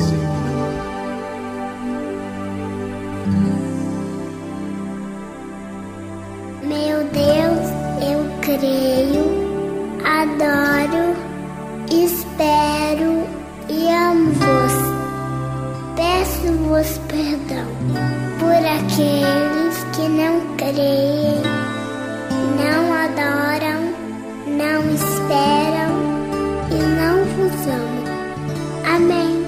Meu Deus, eu creio, adoro, espero e amo-vos. Peço-vos perdão por aqueles que não creem, não adoram, não esperam e não vos amam. Amém.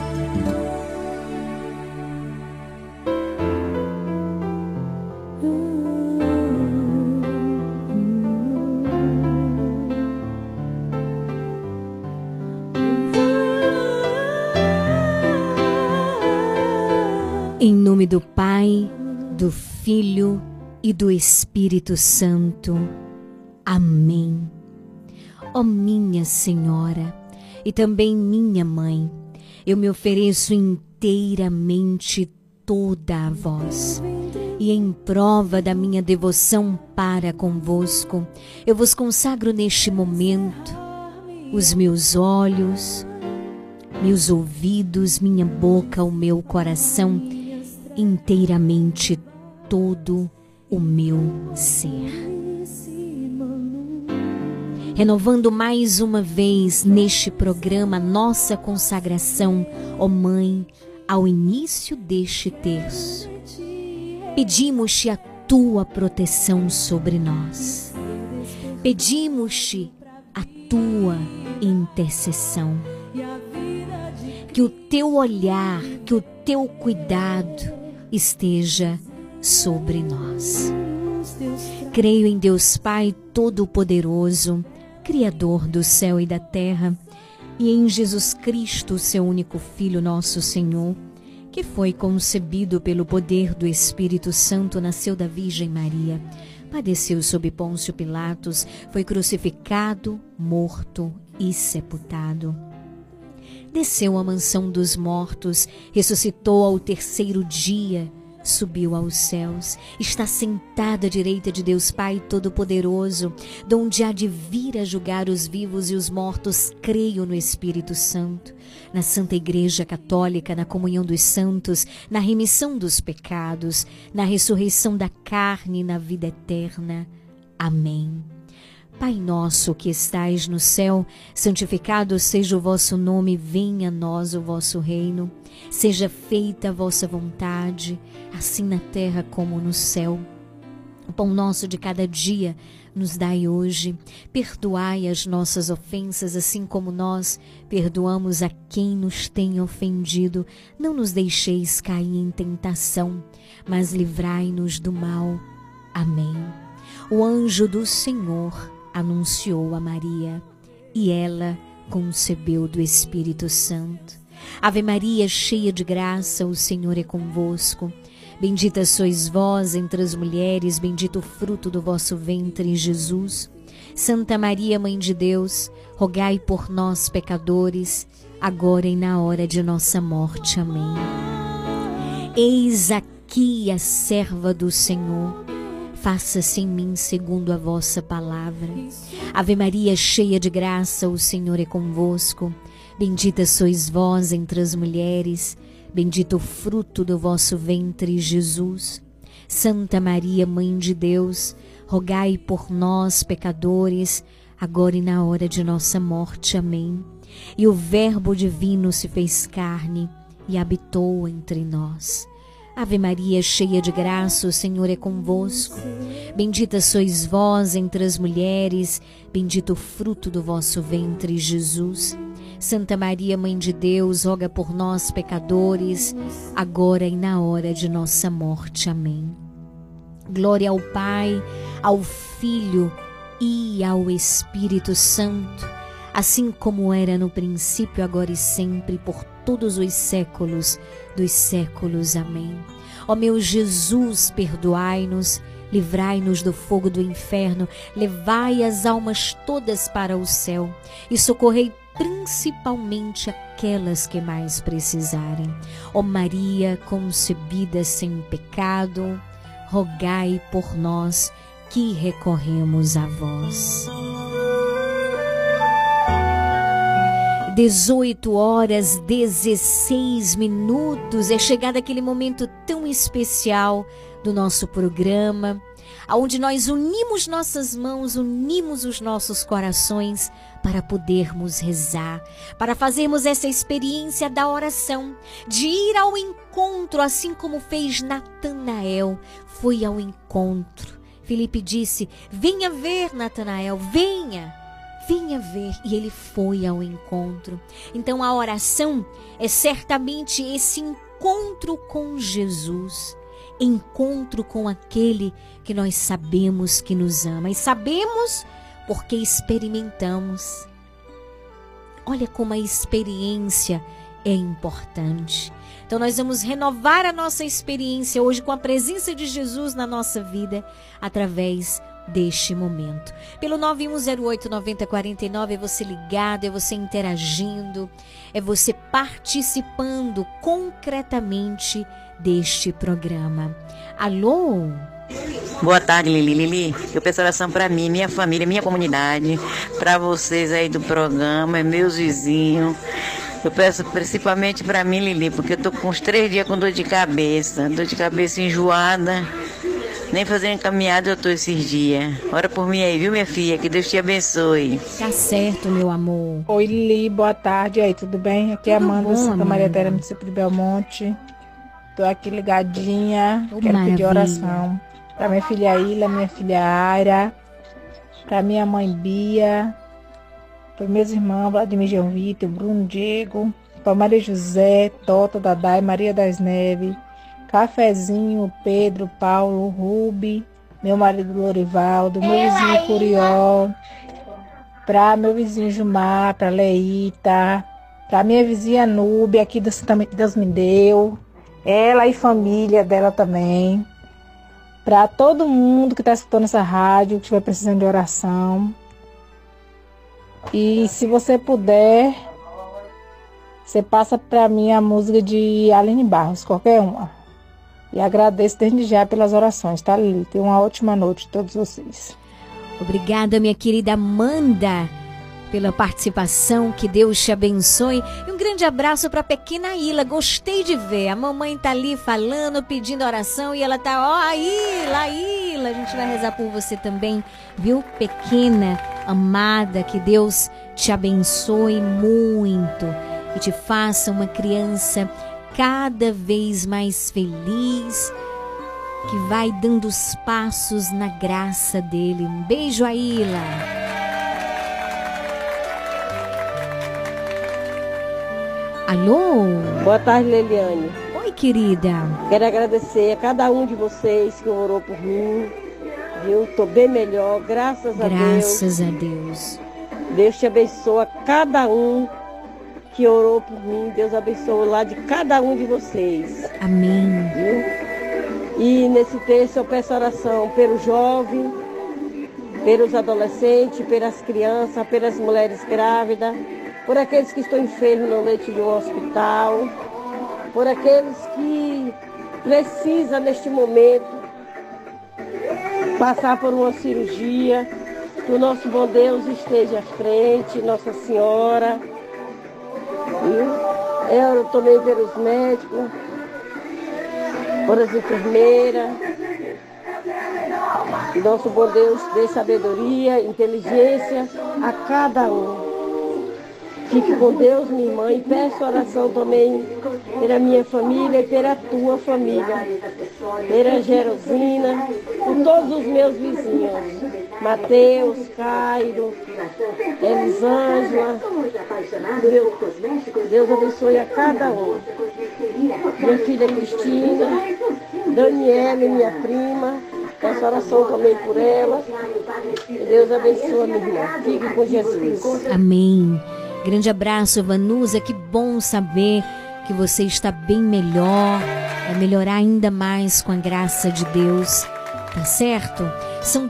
Em nome do Pai, do Filho e do Espírito Santo. Amém. Ó minha Senhora e também minha Mãe, eu me ofereço inteiramente toda a vós, E em prova da minha devoção para convosco, eu vos consagro neste momento os meus olhos, meus ouvidos, minha boca, o meu coração, inteiramente todo o meu ser. Renovando mais uma vez neste programa nossa consagração, ó Mãe, ao início deste terço. Pedimos-te a tua proteção sobre nós. Pedimos-te a tua intercessão. Que o teu olhar, que o teu cuidado esteja sobre nós. Creio em Deus Pai Todo-Poderoso, Criador do céu e da terra, e em Jesus Cristo, seu único Filho, nosso Senhor, que foi concebido pelo poder do Espírito Santo, nasceu da Virgem Maria, padeceu sob Pôncio Pilatos, foi crucificado, morto e sepultado. Desceu à mansão dos mortos, ressuscitou ao terceiro dia, subiu aos céus, está sentado à direita de Deus Pai Todo-Poderoso, donde há de vir a julgar os vivos e os mortos. Creio no Espírito Santo, na Santa Igreja Católica, na comunhão dos santos, na remissão dos pecados, na ressurreição da carne e na vida eterna. Amém. Pai nosso que estais no céu, santificado seja o vosso nome, venha a nós o vosso reino, seja feita a vossa vontade, assim na terra como no céu. O pão nosso de cada dia nos dai hoje, perdoai as nossas ofensas, assim como nós perdoamos a quem nos tem ofendido. Não nos deixeis cair em tentação, mas livrai-nos do mal. Amém. O anjo do Senhor anunciou a Maria, e ela concebeu do Espírito Santo. Ave Maria, cheia de graça, o Senhor é convosco. Bendita sois vós entre as mulheres, bendito o fruto do vosso ventre, Jesus. Santa Maria, Mãe de Deus, rogai por nós, pecadores, agora e na hora de nossa morte. Amém. Eis aqui a serva do Senhor. Faça-se em mim segundo a vossa palavra. Ave Maria, cheia de graça, o Senhor é convosco. Bendita sois vós entre as mulheres, bendito o fruto do vosso ventre, Jesus. Santa Maria, Mãe de Deus, rogai por nós, pecadores, agora e na hora de nossa morte. Amém. E o Verbo divino se fez carne e habitou entre nós. Ave Maria, cheia de graça, o Senhor é convosco. Bendita sois vós entre as mulheres, bendito o fruto do vosso ventre, Jesus. Santa Maria, Mãe de Deus, roga por nós, pecadores, agora e na hora de nossa morte. Amém. Glória ao Pai, ao Filho e ao Espírito Santo, assim como era no princípio, agora e sempre, por todos os séculos dos séculos. Amém. Ó meu Jesus, perdoai-nos, livrai-nos do fogo do inferno, levai as almas todas para o céu e socorrei principalmente aquelas que mais precisarem. Ó Maria, concebida sem pecado, rogai por nós que recorremos a vós. 18h16, é chegado aquele momento tão especial do nosso programa, onde nós unimos nossas mãos, unimos os nossos corações para podermos rezar, para fazermos essa experiência da oração, de ir ao encontro, assim como fez Natanael, foi ao encontro. Filipe disse: venha ver, Natanael, venha ver. E ele foi ao encontro. Então a oração é certamente esse encontro com Jesus, encontro com aquele que nós sabemos que nos ama. E sabemos porque experimentamos. Olha como a experiência é importante. Então nós vamos renovar a nossa experiência hoje com a presença de Jesus na nossa vida através deste momento. Pelo 9108-9049 é você ligado, é você interagindo, é você participando concretamente deste programa. Alô? Boa tarde, Lili. Eu peço oração para mim, minha família, minha comunidade, para vocês aí do programa, meus vizinhos. Eu peço principalmente para mim, Lili, porque eu tô com uns 3 dias com dor de cabeça enjoada. Nem fazendo caminhada eu tô esses dias. Ora por mim aí, viu, minha filha? Que Deus te abençoe. Tá certo, meu amor. Oi, Lili, boa tarde. E aí, tudo bem? Aqui é Amanda, bom, Santa Maria Terra, município de Belmonte. Tô aqui ligadinha. Quero pedir oração pra minha filha Ilha, minha filha Aira, pra minha mãe Bia, para meus irmãos Vladimir João Vitor, Bruno Diego, para Maria José, Tota, Dadai, Maria das Neves, Cafezinho, Pedro, Paulo, Rubi, meu marido Lorivaldo, meu vizinho Curió, para meu vizinho Gilmar, para Leita, para minha vizinha Núbia, aqui do Santa que Deus me deu, ela e família dela também, para todo mundo que está escutando essa rádio, que estiver precisando de oração. E se você puder, você passa para mim a música de Aline Barros, qualquer uma. E agradeço desde já pelas orações, tá, Lili? Tenha uma ótima noite a todos vocês. Obrigada, minha querida Amanda, pela participação. Que Deus te abençoe. E um grande abraço para a pequena Ilha. Gostei de ver. A mamãe tá ali falando, pedindo oração e ela tá, ó, Ilha. A gente vai rezar por você também, viu, pequena, amada. Que Deus te abençoe muito e te faça uma criança cada vez mais feliz, que vai dando os passos na graça dele. Um beijo, Aila. Alô? Boa tarde, Leliane. Oi, querida. Quero agradecer a cada um de vocês que orou por mim. Eu tô bem melhor, graças a Deus. Graças a Deus. Deus te abençoe a cada um que orou por mim. Deus abençoe lá de cada um de vocês. Amém. Viu? E nesse texto eu peço oração pelo jovem, pelos adolescentes, pelas crianças, pelas mulheres grávidas, por aqueles que estão enfermos no leito de um hospital, por aqueles que precisam neste momento passar por uma cirurgia. Que o nosso bom Deus esteja à frente, Nossa Senhora. Eu também pelos médicos, por as enfermeiras. Nosso bom Deus dê sabedoria, inteligência a cada um. Fique com Deus, minha irmã, e peço oração também pela minha família e pela tua família, pela Gerosina, por todos os meus vizinhos, Mateus, Cairo, Elisângela. Deus abençoe a cada um. Minha filha Cristina, Daniela, minha prima, peço oração também por ela. Deus abençoe, minha irmã. Fique com Jesus. Amém. Grande abraço, Vanusa. Que bom saber que você está bem melhor. Vai melhorar ainda mais com a graça de Deus. Tá certo? São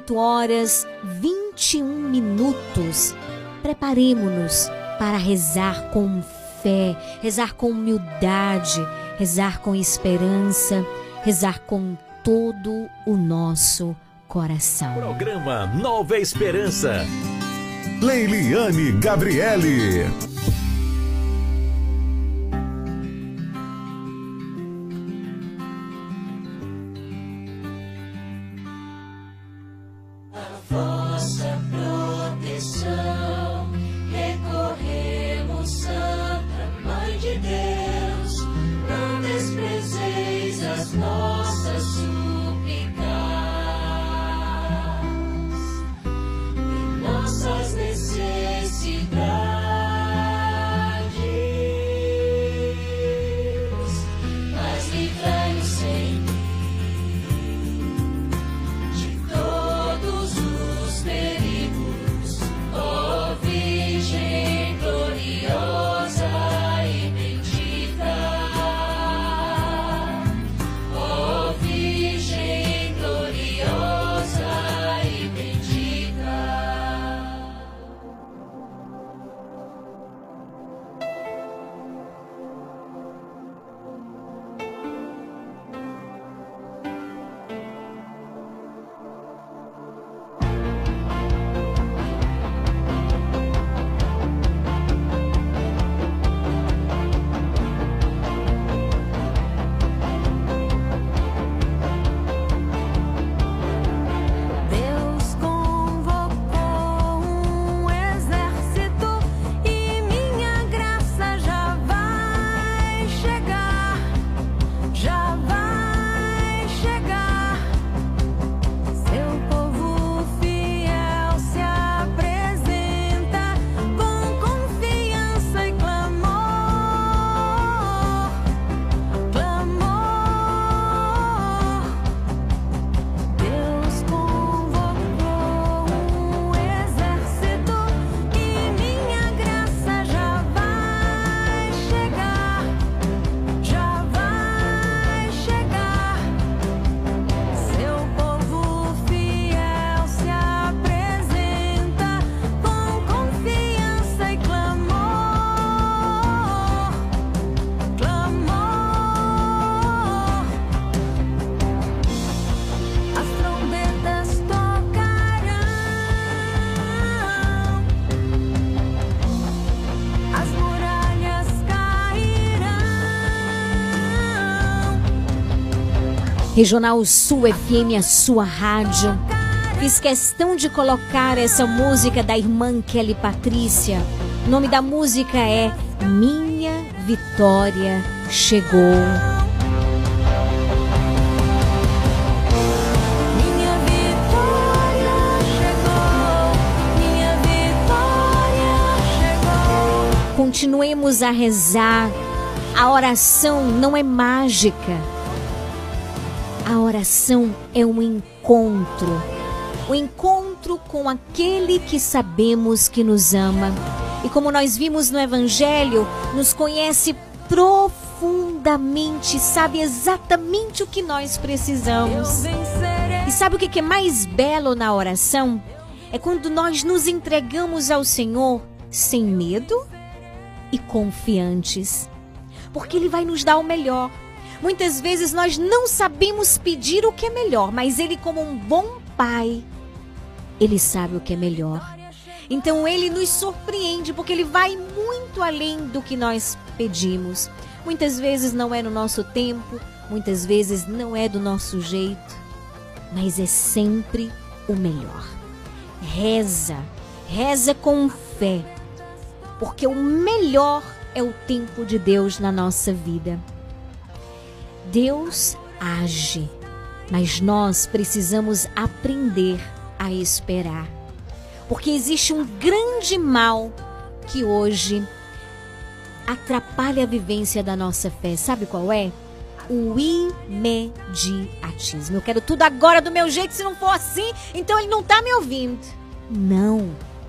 18h21. Preparemo-nos para rezar com fé, rezar com humildade, rezar com esperança, rezar com todo o nosso coração. Programa Nova Esperança. Leiliane Gabriele. A vossa proteção recorremos, Santa Mãe de Deus. Não desprezeis as nossas súplicas e nossas necessidades. Mas livrai-nos sempre de todos os perigos. Oh, Regional Sul FM, a sua rádio. Fiz questão de colocar essa música da irmã Kelly Patrícia. O nome da música é Minha Vitória Chegou. Continuemos a rezar. A oração não é mágica. A oração é um encontro. O encontro com aquele que sabemos que nos ama. E como nós vimos no Evangelho, nos conhece profundamente, sabe exatamente o que nós precisamos. E sabe o que é mais belo na oração? É quando nós nos entregamos ao Senhor sem medo e confiantes, porque Ele vai nos dar o melhor. Muitas vezes nós não sabemos pedir o que é melhor, mas Ele, como um bom Pai, Ele sabe o que é melhor. Então Ele nos surpreende, porque Ele vai muito além do que nós pedimos. Muitas vezes não é no nosso tempo, muitas vezes não é do nosso jeito, mas é sempre o melhor. Reza com fé, porque o melhor é o tempo de Deus na nossa vida. Deus age, mas nós precisamos aprender a esperar. Porque existe um grande mal que hoje atrapalha a vivência da nossa fé. Sabe qual é? O imediatismo. Eu quero tudo agora do meu jeito, se não for assim, então ele não está me ouvindo. Não.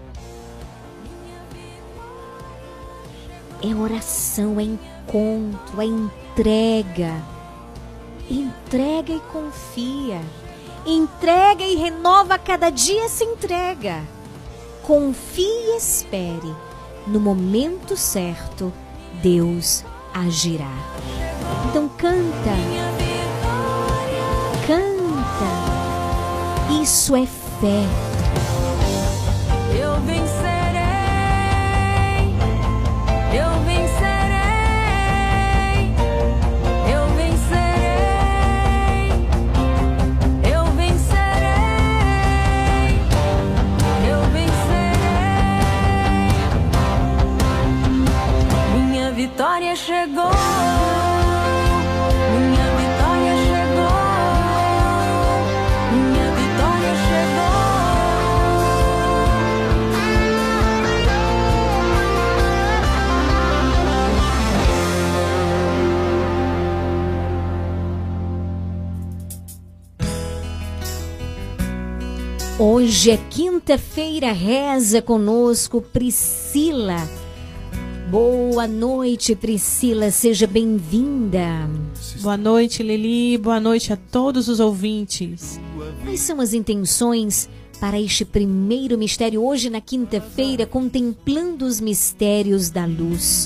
É oração, é encontro, é entrega. Entrega e confia. Entrega e renova cada dia essa entrega. Confie e espere. No momento certo, Deus agirá. Então canta. Canta. Isso é fé. Eu vencerei. Eu vencerei. Eu vencerei. Eu vencerei. Eu vencerei. Minha vitória chegou. Minha vitória chegou. Minha vitória chegou. Hoje é quinta-feira, reza conosco Priscila. Boa noite, Priscila, seja bem-vinda. Boa noite, Lili, boa noite a todos os ouvintes. Quais são as intenções para este primeiro mistério, hoje na quinta-feira, contemplando os mistérios da luz?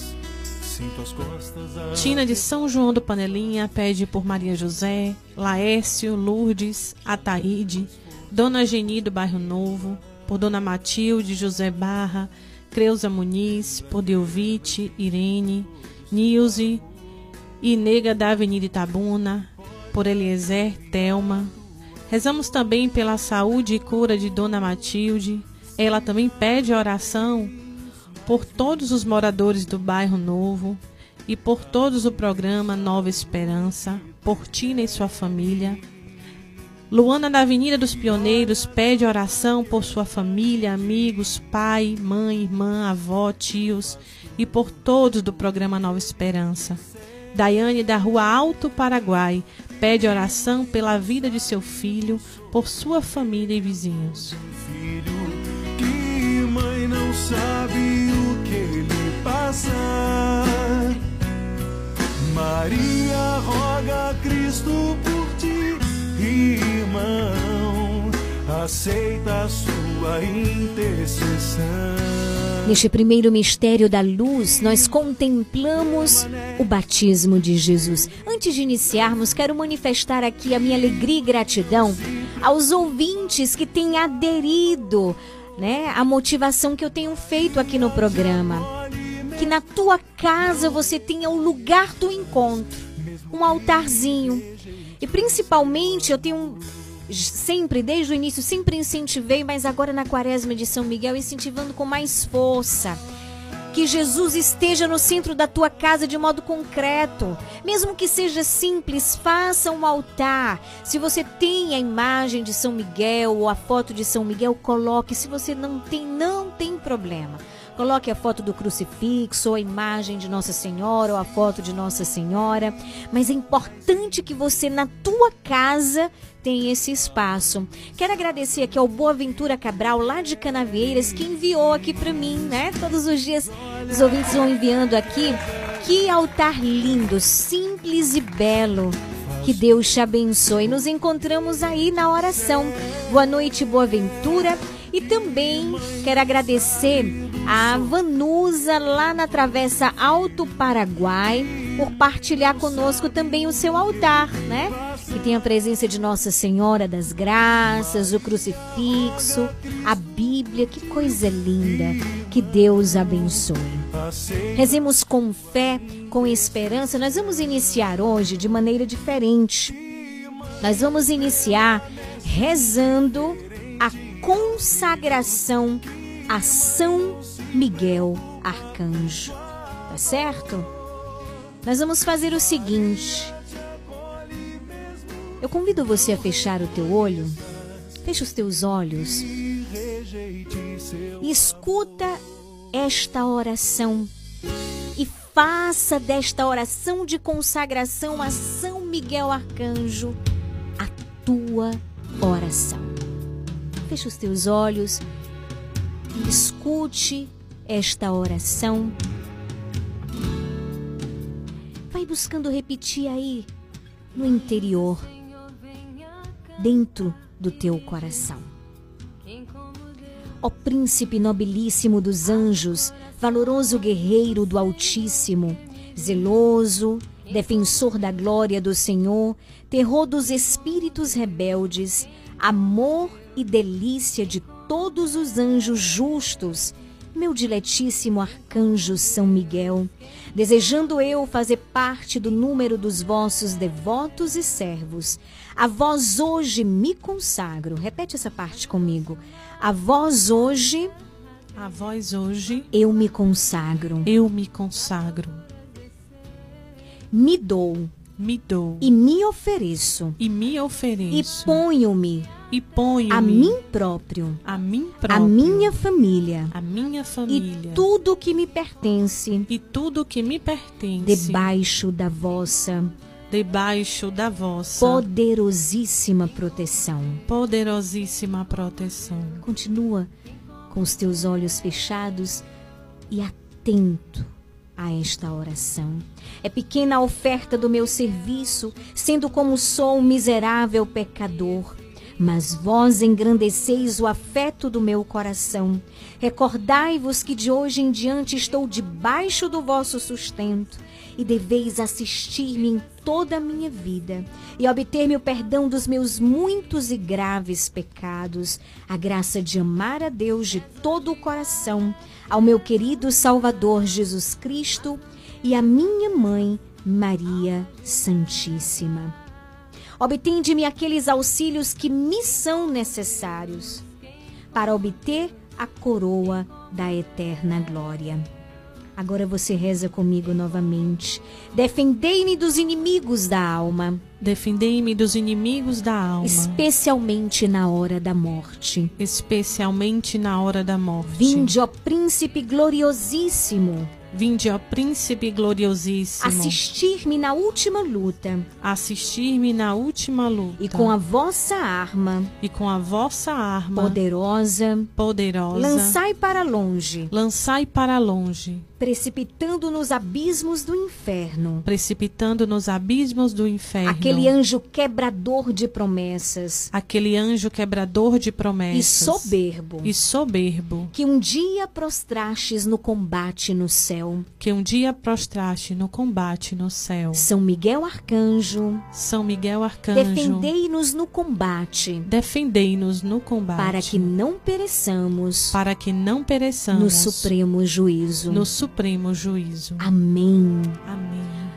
Tina de São João do Panelinha pede por Maria José, Laércio, Lourdes, Ataíde, Dona Geni do Bairro Novo, por Dona Matilde, José Barra, Creuza Muniz, por Delvite, Irene, Nilze e Nega da Avenida Itabuna, por Eliezer, Thelma. Rezamos também pela saúde e cura de Dona Matilde. Ela também pede oração por todos os moradores do Bairro Novo e por todos o programa Nova Esperança, por Tina e sua família. Luana da Avenida dos Pioneiros pede oração por sua família, amigos, pai, mãe, irmã, avó, tios e por todos do programa Nova Esperança. Daiane da Rua Alto Paraguai pede oração pela vida de seu filho, por sua família e vizinhos. Filho que mãe não sabe o que ele passa. Maria roga a Cristo por ti, irmão, aceita a sua intercessão. Neste primeiro mistério da luz, nós contemplamos o batismo de Jesus. Antes de iniciarmos, quero manifestar aqui a minha alegria e gratidão aos ouvintes que têm aderido, à motivação que eu tenho feito aqui no programa. Que na tua casa você tenha o lugar do encontro, um altarzinho. E principalmente eu tenho sempre, desde o início, sempre incentivei, mas agora na Quaresma de São Miguel, incentivando com mais força. Que Jesus esteja no centro da tua casa de modo concreto. Mesmo que seja simples, faça um altar. Se você tem a imagem de São Miguel ou a foto de São Miguel, coloque. Se você não tem problema. Coloque a foto do crucifixo, ou a imagem de Nossa Senhora, ou a foto de Nossa Senhora. Mas é importante que você, na tua casa, tenha esse espaço. Quero agradecer aqui ao Boaventura Cabral, lá de Canavieiras, que enviou aqui para mim, né? Todos os dias os ouvintes vão enviando aqui. Que altar lindo, simples e belo. Que Deus te abençoe. Nos encontramos aí na oração. Boa noite, Boaventura. E também quero agradecer a Vanusa, lá na Travessa Alto Paraguai, por partilhar conosco também o seu altar, né? Que tem a presença de Nossa Senhora das Graças, o crucifixo, a Bíblia. Que coisa linda. Que Deus abençoe. Rezemos com fé, com esperança. Nós vamos iniciar hoje de maneira diferente. Nós vamos iniciar rezando a consagração a São Miguel Arcanjo. Tá certo? Nós vamos fazer o seguinte. Eu convido você a fechar o teu olho. Fecha os teus olhos. E escuta esta oração. E faça desta oração de consagração a São Miguel Arcanjo a tua oração. Fecha os teus olhos e escute esta oração. Vai buscando repetir aí no interior, dentro do teu coração. Ó príncipe nobilíssimo dos anjos, valoroso guerreiro do Altíssimo, zeloso, defensor da glória do Senhor, terror dos espíritos rebeldes, amor e delícia de todos os anjos justos, meu diletíssimo arcanjo São Miguel, desejando eu fazer parte do número dos vossos devotos e servos, a vós hoje me consagro. Repete essa parte comigo. A vós hoje eu me consagro. Eu me consagro. Me dou e me ofereço. E ponho-me a mim próprio, a minha família, e tudo que me pertence, debaixo da vossa poderosíssima proteção. Continua com os teus olhos fechados e atento a esta oração. É pequena a oferta do meu serviço, sendo como sou um miserável pecador. Mas vós engrandeceis o afeto do meu coração. Recordai-vos que de hoje em diante estou debaixo do vosso sustento e deveis assistir-me em toda a minha vida e obter-me o perdão dos meus muitos e graves pecados, a graça de amar a Deus de todo o coração, ao meu querido Salvador Jesus Cristo e à minha mãe Maria Santíssima. Obtende-me aqueles auxílios que me são necessários para obter a coroa da eterna glória. Agora você reza comigo novamente. Defendei-me dos inimigos da alma. Defendei-me dos inimigos da alma. Especialmente na hora da morte. Especialmente na hora da morte. Vinde, ó príncipe gloriosíssimo. Vinde, ó príncipe gloriosíssimo. Assistir-me na última luta. Assistir-me na última luta. E com a vossa arma. E com a vossa arma. Poderosa. Lançai para longe. Lançai para longe. Precipitando nos abismos do inferno. Precipitando nos abismos do inferno. Aquele anjo quebrador de promessas. Aquele anjo quebrador de promessas. E soberbo. Que um dia prostrastes no combate no céu. Que um dia prostraste no combate no céu. São Miguel Arcanjo. São Miguel Arcanjo. Defendei-nos no combate. Defendei-nos no combate. Para que não pereçamos. Para que não pereçamos. No supremo juízo. No supremo juízo. Amém. Amém.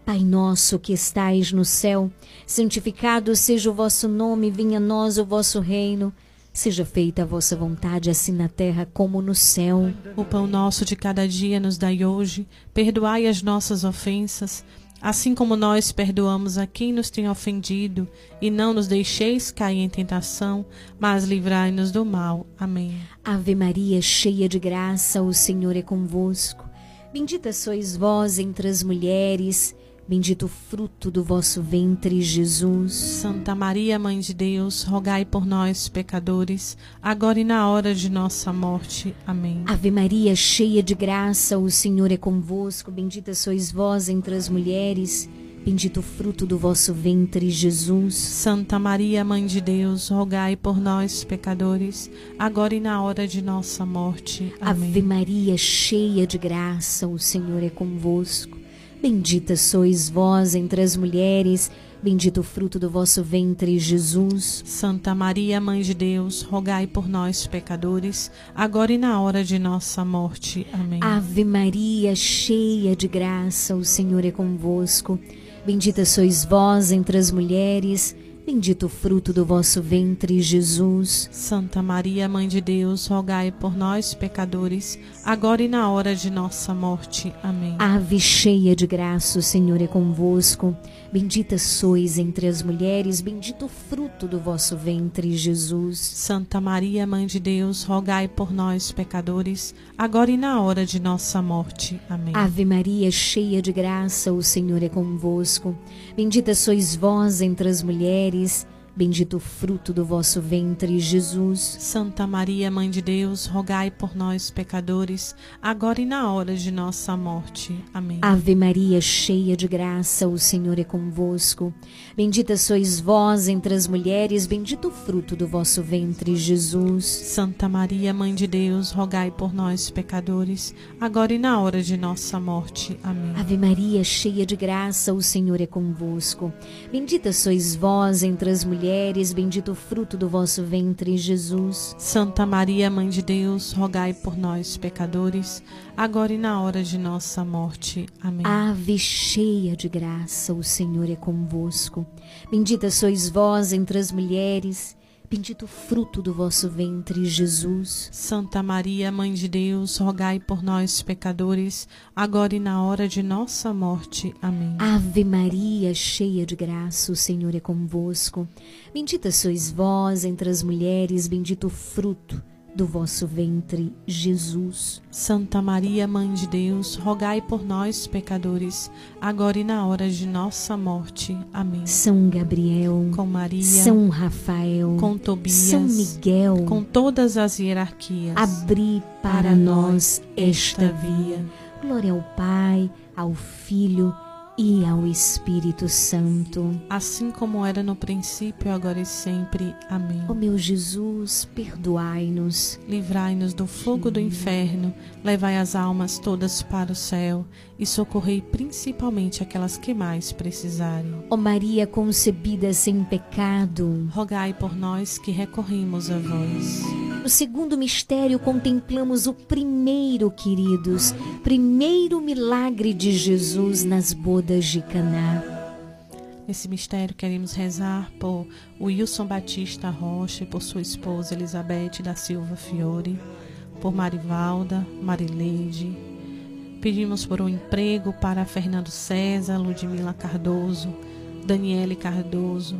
Pai nosso que estais no céu, santificado seja o vosso nome, venha a nós o vosso reino. Seja feita a vossa vontade, assim na terra como no céu. O pão nosso de cada dia nos dai hoje. Perdoai as nossas ofensas, assim como nós perdoamos a quem nos tem ofendido. E não nos deixeis cair em tentação, mas livrai-nos do mal. Amém. Ave Maria, cheia de graça, o Senhor é convosco. Bendita sois vós entre as mulheres, bendito o fruto do vosso ventre, Jesus. Santa Maria, Mãe de Deus, rogai por nós, pecadores, agora e na hora de nossa morte. Amém. Ave Maria, cheia de graça, o Senhor é convosco. Bendita sois vós entre as mulheres, bendito o fruto do vosso ventre, Jesus. Santa Maria, Mãe de Deus, rogai por nós, pecadores, agora e na hora de nossa morte. Amém. Ave Maria, cheia de graça, o Senhor é convosco. Bendita sois vós entre as mulheres, bendito o fruto do vosso ventre, Jesus. Santa Maria, Mãe de Deus, rogai por nós, pecadores, agora e na hora de nossa morte. Amém. Ave Maria, cheia de graça, o Senhor é convosco. Bendita sois vós entre as mulheres, bendito o fruto do vosso ventre, Jesus. Santa Maria, Mãe de Deus, rogai por nós, pecadores, agora e na hora de nossa morte. Amém. Ave cheia de graça, o Senhor é convosco. Bendita sois entre as mulheres, bendito o fruto do vosso ventre, Jesus. Santa Maria, Mãe de Deus, rogai por nós, pecadores, agora e na hora de nossa morte. Amém. Ave Maria, cheia de graça, o Senhor é convosco. Bendita sois vós entre as mulheres, bendito o fruto do vosso ventre, Jesus. Santa Maria, Mãe de Deus, rogai por nós, pecadores, agora e na hora de nossa morte. Amém. Ave Maria, cheia de graça, o Senhor é convosco. Bendita sois vós entre as mulheres, bendito o fruto do vosso ventre, Jesus. Santa Maria, Mãe de Deus, rogai por nós, pecadores, agora e na hora de nossa morte. Amém. Ave Maria, cheia de graça, o Senhor é convosco. Bendita sois vós entre as mulheres, bendito o fruto do vosso ventre, Jesus. Santa Maria, Mãe de Deus, rogai por nós, pecadores, agora e na hora de nossa morte. Amém. Ave cheia de graça, o Senhor é convosco. Bendita sois vós entre as mulheres, bendito o fruto do vosso ventre, Jesus. Santa Maria, Mãe de Deus, rogai por nós, pecadores, agora e na hora de nossa morte. Amém. Ave Maria, cheia de graça, o Senhor é convosco. Bendita sois vós entre as mulheres, bendito o fruto do vosso ventre, Jesus. Santa Maria, Mãe de Deus, rogai por nós, pecadores, agora e na hora de nossa morte. Amém. São Gabriel, com Maria, São Rafael, com Tobias, São Miguel, com todas as hierarquias, abri para nós esta via. Glória ao Pai, ao Filho e ao Espírito Santo, assim como era no princípio, agora e sempre. Amém. Ó meu Jesus, perdoai-nos, livrai-nos do fogo do inferno, levai as almas todas para o céu e socorrei principalmente aquelas que mais precisarem. Ó Maria concebida sem pecado, rogai por nós que recorremos a vós. No segundo mistério contemplamos o primeiro, queridos, primeiro milagre de Jesus nas bodas de Caná. Nesse mistério queremos rezar por Wilson Batista Rocha e por sua esposa Elizabeth da Silva Fiore, por Marivalda, Marileide. Pedimos por um emprego para Fernando César, Ludmila Cardoso, Daniele Cardoso.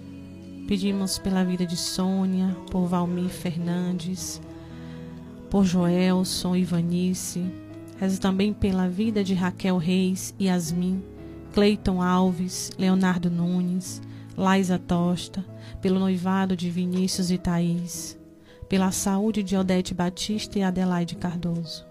Pedimos pela vida de Sônia, por Valmir Fernandes, por Joelson, Ivanice. Rezo também pela vida de Raquel Reis, Yasmin, Cleiton Alves, Leonardo Nunes, Laisa Tosta, pelo noivado de Vinícius e Thaís, pela saúde de Odete Batista e Adelaide Cardoso.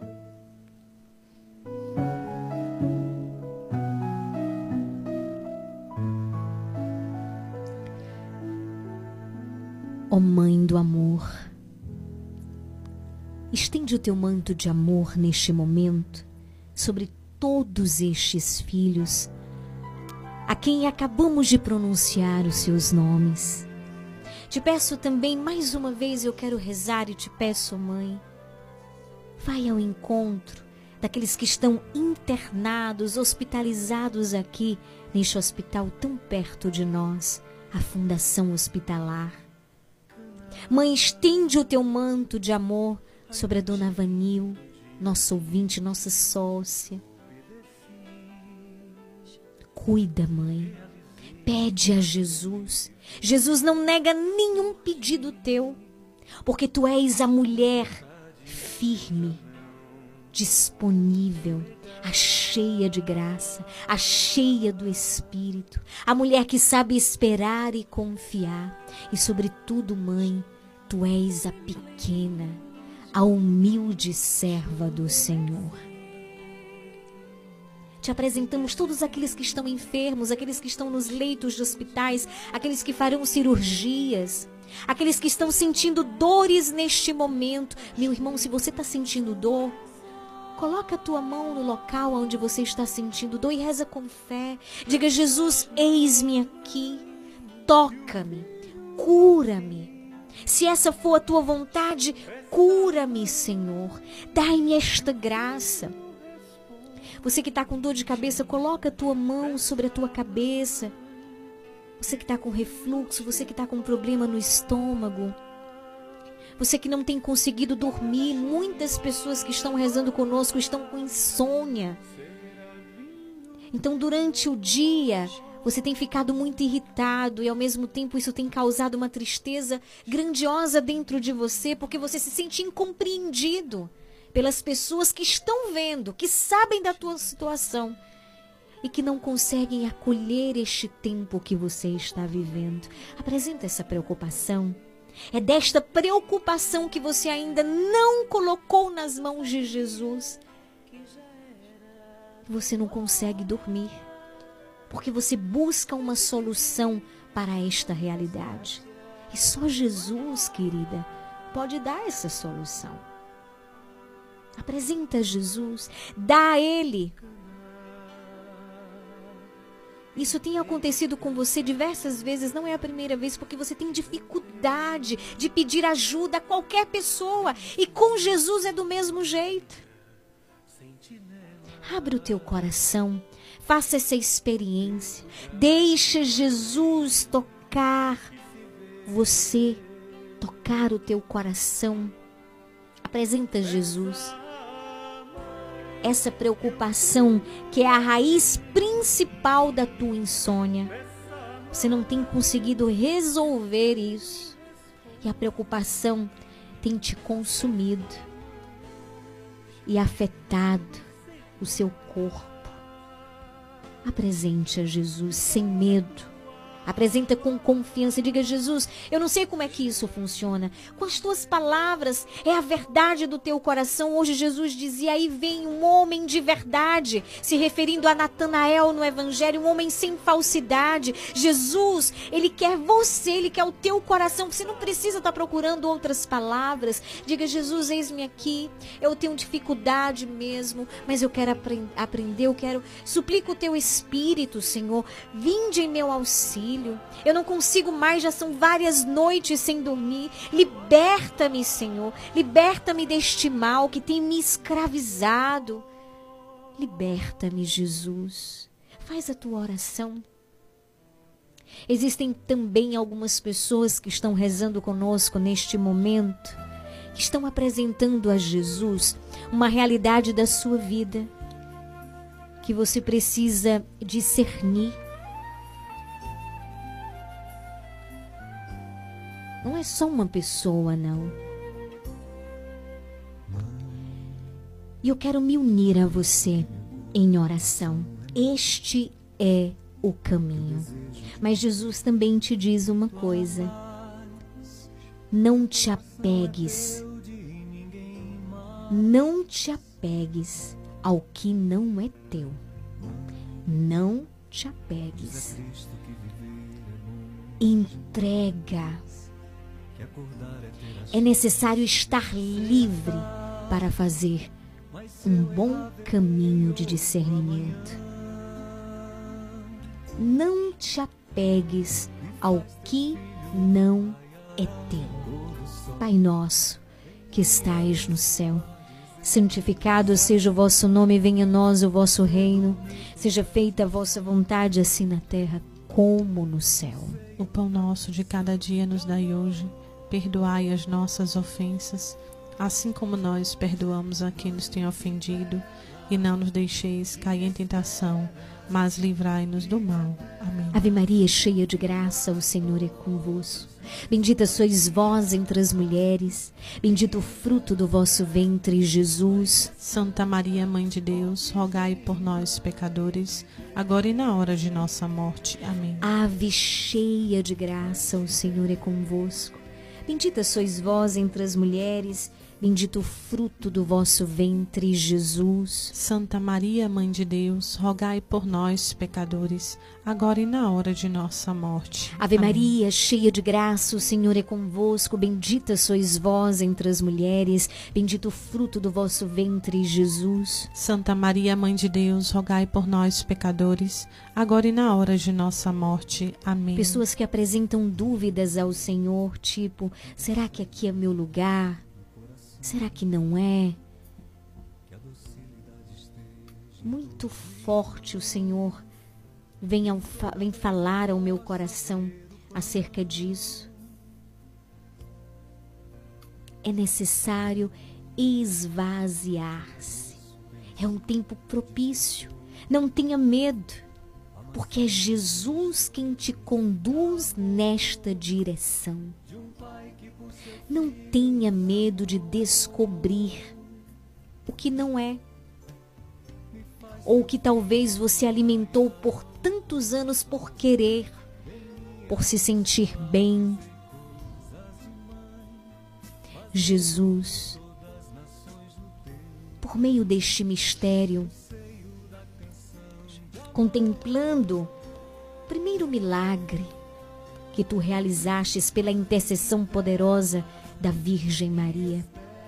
Ó Mãe do amor, estende o teu manto de amor neste momento sobre todos estes filhos a quem acabamos de pronunciar os seus nomes. Te peço também, mais uma vez eu quero rezar e te peço, Mãe, vai ao encontro daqueles que estão internados, hospitalizados aqui, neste hospital tão perto de nós, a Fundação Hospitalar. Mãe, estende o teu manto de amor sobre a dona Vanil, nossa ouvinte, nossa sócia. Cuida, mãe. Pede a Jesus. Jesus não nega nenhum pedido teu, porque tu és a mulher firme, disponível, a cheia de graça, a cheia do Espírito, a mulher que sabe esperar e confiar. E sobretudo, mãe, tu és a pequena, a humilde serva do Senhor. Te apresentamos todos aqueles que estão enfermos, aqueles que estão nos leitos de hospitais, aqueles que farão cirurgias, aqueles que estão sentindo dores neste momento. Meu irmão, se você está sentindo dor, coloca a tua mão no local onde você está sentindo dor e reza com fé. Diga: Jesus, eis-me aqui, toca-me, cura-me. Se essa for a tua vontade, cura-me, Senhor. Dai-me esta graça. Você que está com dor de cabeça, coloca a tua mão sobre a tua cabeça. Você que está com refluxo, você que está com problema no estômago, você que não tem conseguido dormir, muitas pessoas que estão rezando conosco estão com insônia. Então, durante o dia, você tem ficado muito irritado e, ao mesmo tempo, isso tem causado uma tristeza grandiosa dentro de você, porque você se sente incompreendido pelas pessoas que estão vendo, que sabem da tua situação e que não conseguem acolher este tempo que você está vivendo. Apresenta essa preocupação. É desta preocupação que você ainda não colocou nas mãos de Jesus. Você não consegue dormir, porque você busca uma solução para esta realidade. E só Jesus, querida, pode dar essa solução. Apresenta a Jesus, dá a Ele. Isso tem acontecido com você diversas vezes, não é a primeira vez, porque você tem dificuldade de pedir ajuda a qualquer pessoa. E com Jesus é do mesmo jeito. Abre o teu coração, faça essa experiência. Deixa Jesus tocar você, tocar o teu coração. Apresenta a Jesus essa preocupação que é a raiz principal da tua insônia. Você não tem conseguido resolver isso. E a preocupação tem te consumido e afetado o seu corpo. Apresente a Jesus sem medo. Apresenta com confiança e diga: Jesus, eu não sei como é que isso funciona. Com as tuas palavras, é a verdade do teu coração. Hoje Jesus dizia: aí vem um homem de verdade, se referindo a Natanael no Evangelho, um homem sem falsidade. Jesus, Ele quer você, Ele quer o teu coração. Você não precisa estar procurando outras palavras. Diga: Jesus, eis-me aqui, eu tenho dificuldade mesmo, mas eu quero aprender, eu quero, suplico o teu Espírito, Senhor, vinde em meu auxílio. Eu não consigo mais, já são várias noites sem dormir. Liberta-me, Senhor. Liberta-me deste mal que tem me escravizado. Liberta-me, Jesus. Faz a tua oração. Existem também algumas pessoas que estão rezando conosco neste momento, que estão apresentando a Jesus uma realidade da sua vida que você precisa discernir. Não é só uma pessoa, não. E eu quero me unir a você em oração. Este é o caminho. Mas Jesus também te diz uma coisa: não te apegues. Não te apegues ao que não é teu. Não te apegues. Entrega. É necessário estar livre para fazer um bom caminho de discernimento. Não te apegues ao que não é teu. Pai nosso, que estais no céu, Santificado seja o vosso nome, venha a nós o vosso reino. Seja feita a vossa vontade, assim na terra como no céu. O pão nosso de cada dia nos dai hoje. Perdoai as nossas ofensas, assim como nós perdoamos a quem nos tem ofendido. E não nos deixeis cair em tentação, mas livrai-nos do mal. Amém. Ave Maria, cheia de graça, o Senhor é convosco. Bendita sois vós entre as mulheres, bendito o fruto do vosso ventre, Jesus. Santa Maria, Mãe de Deus, rogai por nós, pecadores, agora e na hora de nossa morte. Amém. Ave cheia de graça, o Senhor é convosco. Bendita sois vós entre as mulheres, bendito o fruto do vosso ventre, Jesus. Santa Maria, Mãe de Deus, rogai por nós, pecadores, agora e na hora de nossa morte. Ave Amém. Maria, cheia de graça, o Senhor é convosco. Bendita sois vós entre as mulheres, bendito o fruto do vosso ventre, Jesus. Santa Maria, Mãe de Deus, rogai por nós, pecadores, agora e na hora de nossa morte. Amém. Pessoas que apresentam dúvidas ao Senhor, tipo, será que aqui é meu lugar? Será que não é? Muito forte o Senhor vem falar ao meu coração acerca disso. É necessário esvaziar-se. É um tempo propício. Não tenha medo, porque é Jesus quem te conduz nesta direção. Não tenha medo de descobrir o que não é, ou o que talvez você alimentou por tantos anos por querer, por se sentir bem. Jesus, por meio deste mistério, contemplando o primeiro milagre que tu realizastes pela intercessão poderosa da Virgem Maria.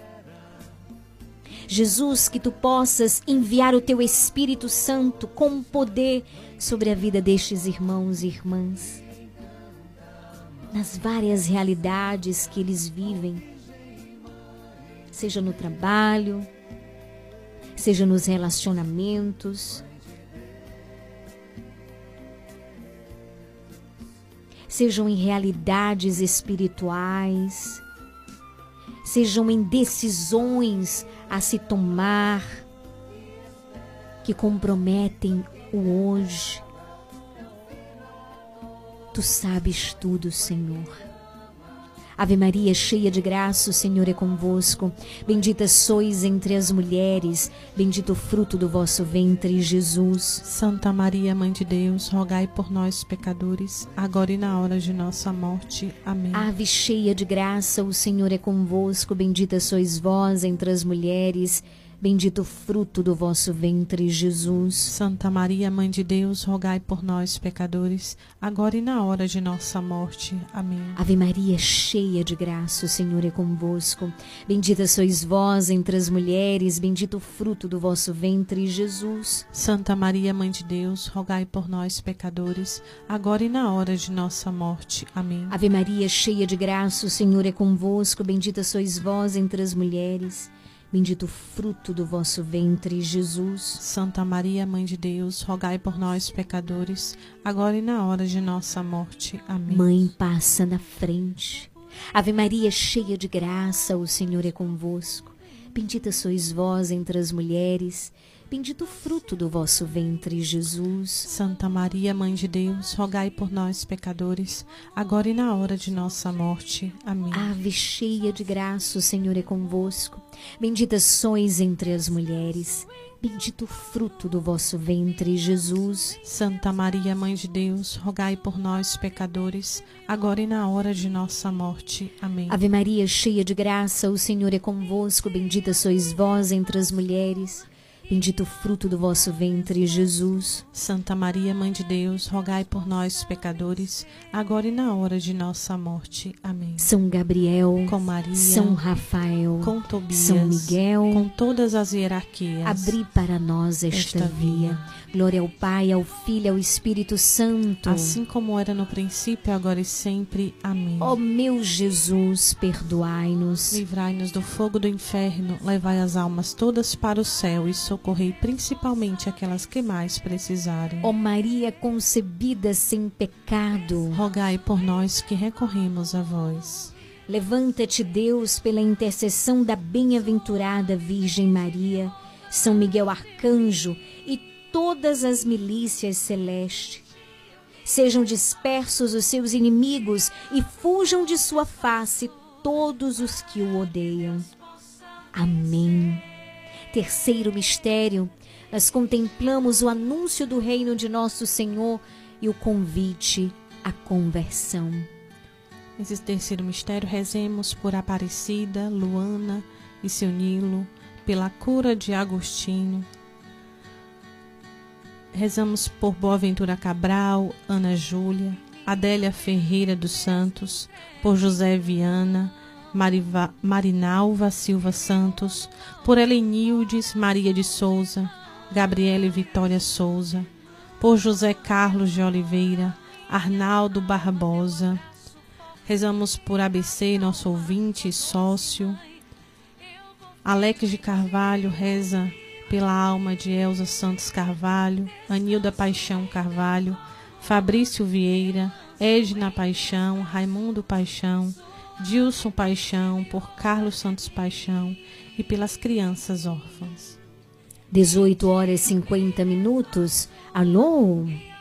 Jesus, que tu possas enviar o teu Espírito Santo com poder sobre a vida destes irmãos e irmãs, nas várias realidades que eles vivem, seja no trabalho, seja nos relacionamentos, sejam em realidades espirituais, sejam em decisões a se tomar que comprometem o hoje. Tu sabes tudo, Senhor. Ave Maria, cheia de graça, o Senhor é convosco. Bendita sois entre as mulheres, bendito o fruto do vosso ventre, Jesus. Santa Maria, Mãe de Deus, rogai por nós, pecadores, agora e na hora de nossa morte. Amém. Ave cheia de graça, o Senhor é convosco. Bendita sois vós entre as mulheres, bendito o fruto do vosso ventre, Jesus. Santa Maria, Mãe de Deus, rogai por nós, pecadores, agora e na hora de nossa morte. Amém. Ave Maria, cheia de graça, o Senhor é convosco. Bendita sois vós entre as mulheres, bendito o fruto do vosso ventre, Jesus. Santa Maria, Mãe de Deus, rogai por nós, pecadores, agora e na hora de nossa morte. Amém. Ave Maria, cheia de graça, o Senhor é convosco. Bendita sois vós entre as mulheres, bendito o fruto do vosso ventre, Jesus. Santa Maria, Mãe de Deus, rogai por nós, pecadores, agora e na hora de nossa morte. Amém. Mãe, passa na frente. Ave Maria, cheia de graça, o Senhor é convosco. Bendita sois vós entre as mulheres, bendito o fruto do vosso ventre, Jesus. Santa Maria, Mãe de Deus, rogai por nós, pecadores, agora e na hora de nossa morte. Amém. Ave cheia de graça, o Senhor é convosco. Bendita sois entre as mulheres, bendito o fruto do vosso ventre, Jesus. Santa Maria, Mãe de Deus, rogai por nós, pecadores, agora e na hora de nossa morte. Amém. Ave Maria, cheia de graça, o Senhor é convosco. Bendita sois vós entre as mulheres, Bendito o fruto do vosso ventre, Jesus. Santa Maria, Mãe de Deus, rogai por nós, pecadores, agora e na hora de nossa morte. Amém. São Gabriel, com Maria, São Rafael, com Tobias, São Miguel, com todas as hierarquias, abri para nós esta via. Glória ao Pai, ao Filho e ao Espírito Santo. Assim como era no princípio, agora e sempre. Amém. Ó meu Jesus, perdoai-nos. Livrai-nos do fogo do inferno, levai as almas todas para o céu e socorrei principalmente aquelas que mais precisarem. Ó Maria concebida sem pecado, rogai por nós que recorremos a vós. Levanta-te, Deus, pela intercessão da bem-aventurada Virgem Maria, São Miguel Arcanjo e todas as milícias celestes. Sejam dispersos os seus inimigos e fujam de sua face todos os que o odeiam. Amém. Terceiro mistério, nós contemplamos o anúncio do reino de nosso Senhor e o convite à conversão. Nesse terceiro mistério, rezemos por Aparecida, Luana e seu Nilo, pela cura de Agostinho. Rezamos por Boaventura Cabral, Ana Júlia, Adélia Ferreira dos Santos, por José Viana, Marinalva Silva Santos, por Helenildes Maria de Souza, Gabriele Vitória Souza, por José Carlos de Oliveira, Arnaldo Barbosa. Rezamos por ABC, nosso ouvinte e sócio. Alex de Carvalho reza pela alma de Elza Santos Carvalho, Anilda Paixão Carvalho, Fabrício Vieira, Edna Paixão, Raimundo Paixão, Dilson Paixão, por Carlos Santos Paixão e pelas crianças órfãs. 18h50. Alô?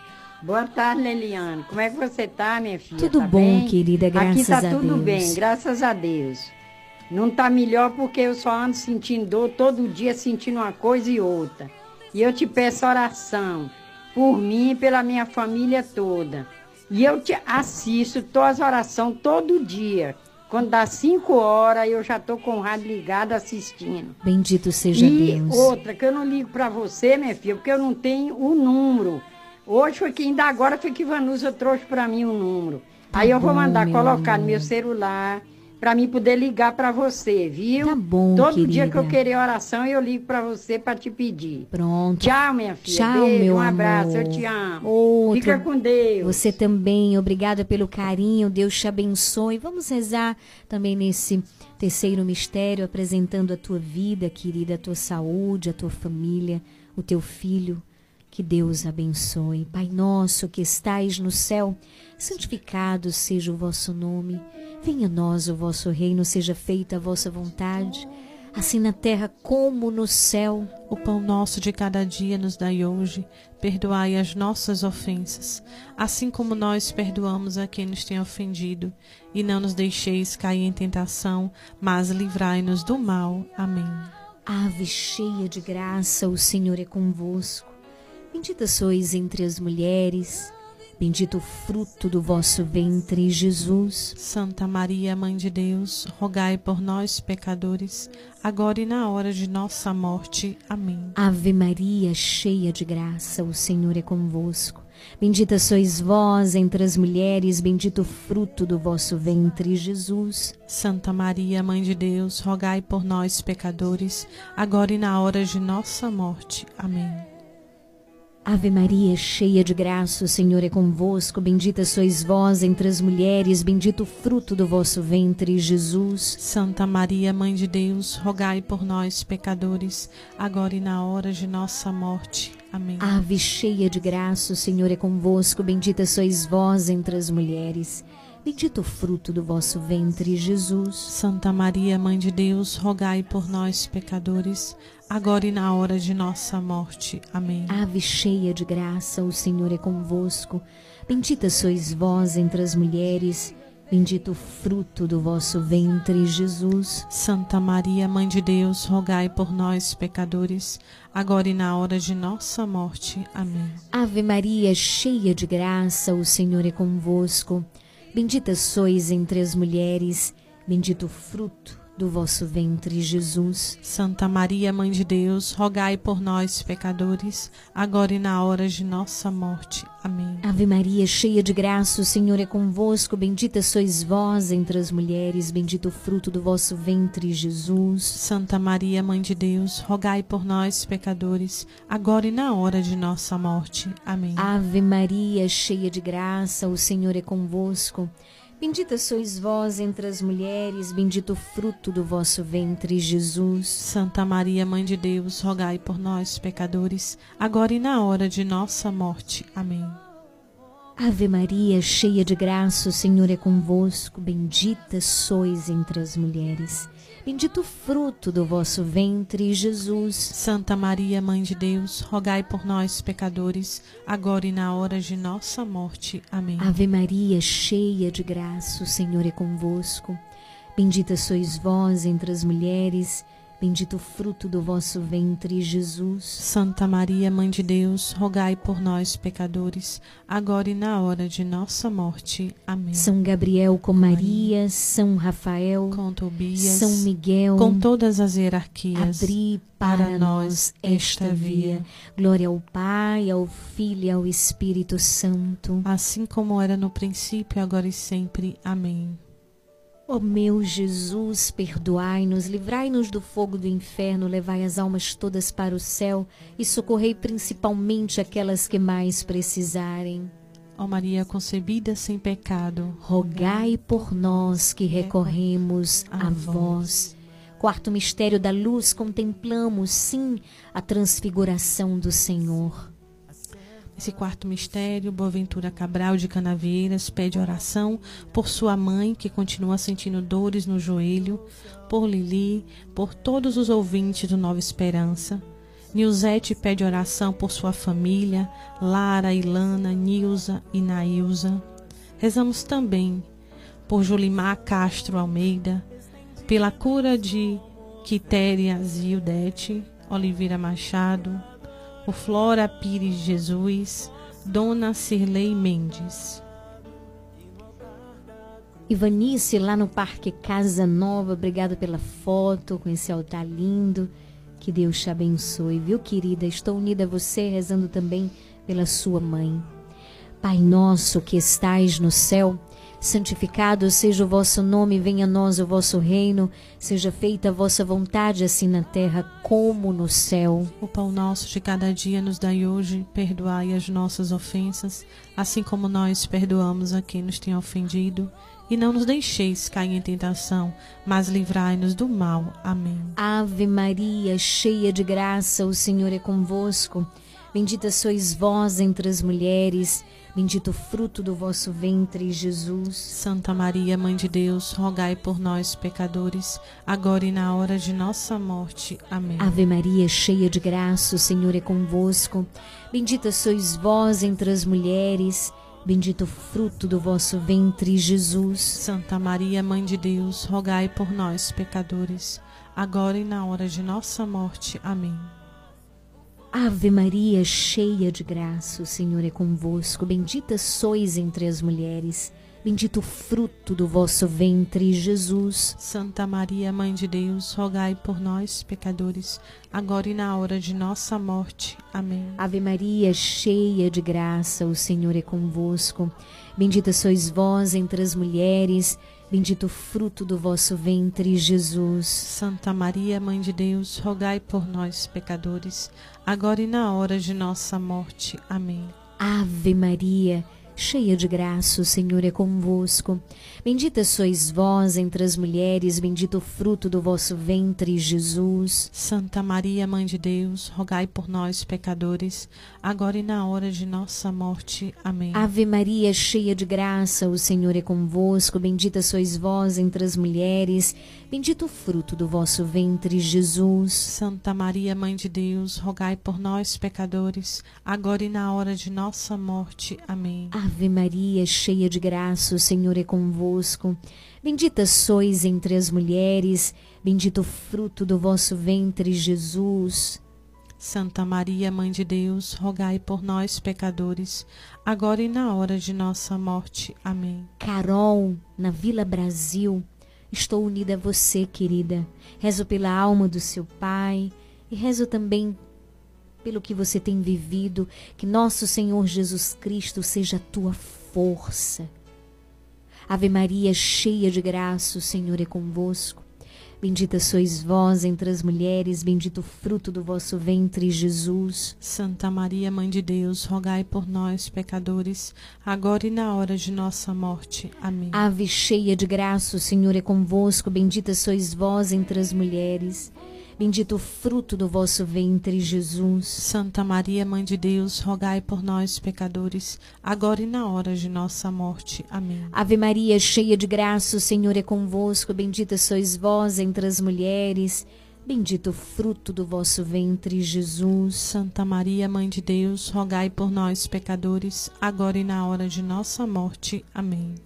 Boa tarde, Leliane. Como é que você tá, minha filha? Tudo tá bom, bem? querida, graças a Deus. Aqui tá tudo bem, graças a Deus. Não tá melhor porque eu só ando sentindo dor todo dia, sentindo uma coisa e outra. E eu te peço oração por mim e pela minha família toda. E eu te assisto todas as orações todo dia. Quando dá 5 horas, eu já tô com o rádio ligado assistindo. Bendito seja Deus. E outra, que eu não ligo pra você, minha filha, porque eu não tenho o número. Hoje foi que ainda agora foi que Vanusa trouxe pra mim o número. Tá aí eu vou bom, mandar colocar amor, no meu celular pra mim poder ligar pra você, viu? Tá bom, todo querida. dia que eu querer oração, eu ligo pra você pra te pedir. Pronto. Tchau, minha filha. Tchau, Beijo, meu um abraço, amor. eu te amo. Outro. Fica com Deus. Você também, obrigada pelo carinho, Deus te abençoe. Vamos rezar também nesse terceiro mistério, apresentando a tua vida, querida, a tua saúde, a tua família, o teu filho. Que Deus abençoe. Pai nosso que estais no céu, santificado seja o vosso nome. Venha a nós o vosso reino, seja feita a vossa vontade, assim na terra como no céu. O pão nosso de cada dia nos dai hoje. Perdoai as nossas ofensas, assim como nós perdoamos a quem nos tem ofendido. E não nos deixeis cair em tentação, mas livrai-nos do mal. Amém. Ave cheia de graça, o Senhor é convosco. Bendita sois entre as mulheres, bendito o fruto do vosso ventre, Jesus. Santa Maria, Mãe de Deus, rogai por nós, pecadores, agora e na hora de nossa morte. Amém. Ave Maria, cheia de graça, o Senhor é convosco. Bendita sois vós entre as mulheres, bendito o fruto do vosso ventre, Jesus. Santa Maria, Mãe de Deus, rogai por nós, pecadores, agora e na hora de nossa morte. Amém. Ave Maria, cheia de graça, o Senhor é convosco. Bendita sois vós entre as mulheres, bendito o fruto do vosso ventre, Jesus. Santa Maria, Mãe de Deus, rogai por nós, pecadores, agora e na hora de nossa morte. Amém. Ave cheia de graça, o Senhor é convosco. Bendita sois vós entre as mulheres, bendito o fruto do vosso ventre, Jesus. Santa Maria, Mãe de Deus, rogai por nós, pecadores, agora e na hora de nossa morte. Amém. Ave cheia de graça, o Senhor é convosco. Bendita sois vós entre as mulheres, bendito o fruto do vosso ventre, Jesus. Santa Maria, Mãe de Deus, rogai por nós, pecadores, agora e na hora de nossa morte. Amém. Ave Maria, cheia de graça, o Senhor é convosco. Bendita sois entre as mulheres, bendito o fruto do vosso ventre, Jesus. Santa Maria, Mãe de Deus, rogai por nós, pecadores, agora e na hora de nossa morte. Amém. Ave Maria, cheia de graça, o Senhor é convosco. Bendita sois vós entre as mulheres, bendito o fruto do vosso ventre, Jesus. Santa Maria, Mãe de Deus, rogai por nós, pecadores, agora e na hora de nossa morte. Amém. Ave Maria, cheia de graça, o Senhor é convosco. Bendita sois vós entre as mulheres, bendito o fruto do vosso ventre, Jesus. Santa Maria, Mãe de Deus, rogai por nós, pecadores, agora e na hora de nossa morte. Amém. Ave Maria, cheia de graça, o Senhor é convosco. Bendita sois entre as mulheres, bendito o fruto do vosso ventre, Jesus. Santa Maria, Mãe de Deus, rogai por nós, pecadores, agora e na hora de nossa morte. Amém. Ave Maria, cheia de graça, o Senhor é convosco. Bendita sois vós entre as mulheres, bendito o fruto do vosso ventre, Jesus. Santa Maria, Mãe de Deus, rogai por nós, pecadores, agora e na hora de nossa morte. Amém. São Gabriel com Maria, São Rafael com Tobias, São Miguel, com todas as hierarquias, abri para nós esta via. Glória ao Pai, ao Filho e ao Espírito Santo, assim como era no princípio, agora e sempre. Amém. Ó meu Jesus, perdoai-nos, livrai-nos do fogo do inferno, levai as almas todas para o céu e socorrei principalmente aquelas que mais precisarem. Ó Maria concebida sem pecado, rogai por nós que recorremos a vós. Quarto mistério da luz, contemplamos, sim, a transfiguração do Senhor. Esse quarto mistério, Boaventura Cabral de Canavieiras pede oração por sua mãe, que continua sentindo dores no joelho, por Lili, por todos os ouvintes do Nova Esperança. Nilzete pede oração por sua família, Lara, Ilana, Nilza e Nailza. Rezamos também por Julimar Castro Almeida, pela cura de Quitéria Zildete, Oliveira Machado, por Flora Pires Jesus, Dona Cirlei Mendes. Ivanice, lá no Parque Casa Nova, obrigada pela foto com esse altar lindo. Que Deus te abençoe, viu, querida? Estou unida a você, rezando também pela sua mãe. Pai nosso que estais no céu, santificado seja o vosso nome, venha a nós o vosso reino, seja feita a vossa vontade, assim na terra como no céu. O pão nosso de cada dia nos dai hoje, perdoai as nossas ofensas, assim como nós perdoamos a quem nos tem ofendido. E não nos deixeis cair em tentação, mas livrai-nos do mal. Amém. Ave Maria, cheia de graça, o Senhor é convosco. Bendita sois vós entre as mulheres, bendito o fruto do vosso ventre, Jesus. Santa Maria, Mãe de Deus, rogai por nós, pecadores, agora e na hora de nossa morte. Amém. Ave Maria, cheia de graça, o Senhor é convosco. Bendita sois vós entre as mulheres, bendito o fruto do vosso ventre, Jesus. Santa Maria, Mãe de Deus, rogai por nós, pecadores, agora e na hora de nossa morte. Amém. Ave Maria, cheia de graça, o Senhor é convosco. Bendita sois entre as mulheres, bendito o fruto do vosso ventre, Jesus. Santa Maria, Mãe de Deus, rogai por nós, pecadores, agora e na hora de nossa morte. Amém. Ave Maria, cheia de graça, o Senhor é convosco. Bendita sois vós entre as mulheres, bendito o fruto do vosso ventre, Jesus. Santa Maria, Mãe de Deus, rogai por nós, pecadores, agora e na hora de nossa morte. Amém. Ave Maria, cheia de graça, o Senhor é convosco. Bendita sois vós entre as mulheres, bendito o fruto do vosso ventre, Jesus. Santa Maria, Mãe de Deus, rogai por nós, pecadores, agora e na hora de nossa morte. Amém. Ave Maria, cheia de graça, o Senhor é convosco. Bendita sois vós entre as mulheres, bendito o fruto do vosso ventre, Jesus. Santa Maria, Mãe de Deus, rogai por nós, pecadores, agora e na hora de nossa morte. Amém. Ave Maria, cheia de graça, o Senhor é convosco. Bendita sois entre as mulheres, bendito o fruto do vosso ventre, Jesus. Santa Maria, Mãe de Deus, rogai por nós, pecadores, agora e na hora de nossa morte. Amém. Carol, na Vila Brasil, Estou unida a você, querida. Rezo pela alma do seu pai e rezo também pelo que você tem vivido. Que nosso Senhor Jesus Cristo seja a tua força. Ave Maria, cheia de graça, o Senhor é convosco. Bendita sois vós entre as mulheres, bendito o fruto do vosso ventre, Jesus. Santa Maria, Mãe de Deus, rogai por nós, pecadores, agora e na hora de nossa morte. Amém. Ave cheia de graça, o Senhor é convosco. Bendita sois vós entre as mulheres, bendito o fruto do vosso ventre, Jesus. Santa Maria, Mãe de Deus, rogai por nós, pecadores, agora e na hora de nossa morte. Amém. Ave Maria, cheia de graça, o Senhor é convosco. Bendita sois vós entre as mulheres, bendito o fruto do vosso ventre, Jesus. Santa Maria, Mãe de Deus, rogai por nós, pecadores, agora e na hora de nossa morte. Amém.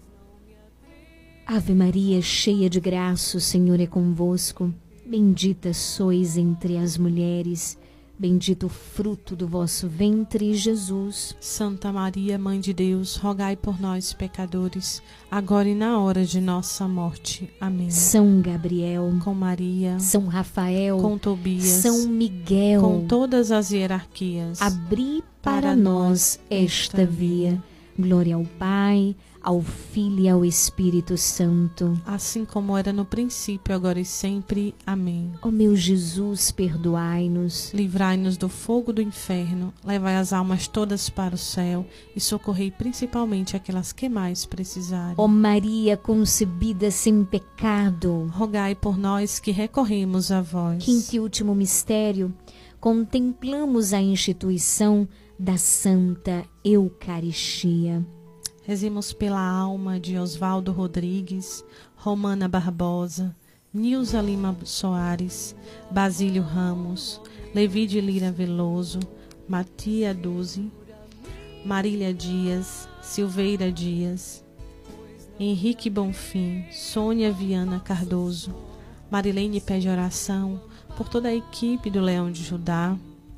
Ave Maria, cheia de graça, o Senhor é convosco. Bendita sois entre as mulheres, bendito o fruto do vosso ventre, Jesus. Santa Maria, Mãe de Deus, rogai por nós, pecadores, agora e na hora de nossa morte. Amém. São Gabriel, com Maria, São Rafael, com Tobias, São Miguel, com todas as hierarquias, abri para nós esta via. Glória ao Pai, ao Filho e ao Espírito Santo, assim como era no princípio, agora e sempre. Amém. Ó meu Jesus, perdoai-nos, livrai-nos do fogo do inferno, levai as almas todas para o céu e socorrei principalmente aquelas que mais precisarem. Ó Maria concebida sem pecado, rogai por nós que recorremos a vós. Quinto e último mistério, contemplamos a instituição da Santa Eucaristia. Rezemos pela alma de Oswaldo Rodrigues, Romana Barbosa, Nilza Lima Soares, Basílio Ramos, Levi de Lira Veloso, Matia Duzi, Marília Dias, Silveira Dias, Henrique Bonfim, Sônia Viana Cardoso. Marilene pede oração por toda a equipe do Leão de Judá,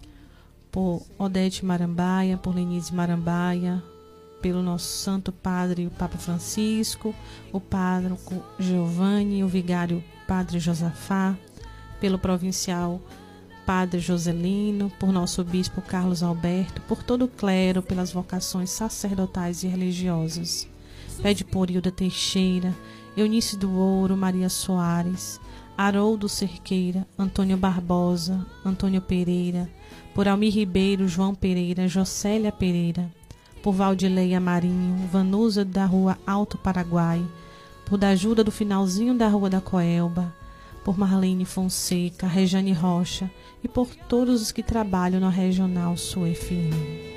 por Odete Marambaia, por Lenise Marambaia, pelo nosso Santo Padre, o Papa Francisco, o Pároco Giovanni, o Vigário Padre Josafá, pelo Provincial Padre Joselino, por nosso Bispo Carlos Alberto, por todo o clero, pelas vocações sacerdotais e religiosas. Pede por Hilda Teixeira, Eunice do Ouro, Maria Soares, Haroldo Cerqueira, Antônio Barbosa, Antônio Pereira, por Almir Ribeiro, João Pereira, Jocélia Pereira, por Valdileia Marinho, Vanusa da Rua Alto Paraguai, por da Ajuda do finalzinho da Rua da Coelba, por Marlene Fonseca, Rejane Rocha e por todos os que trabalham na Regional Sul FM.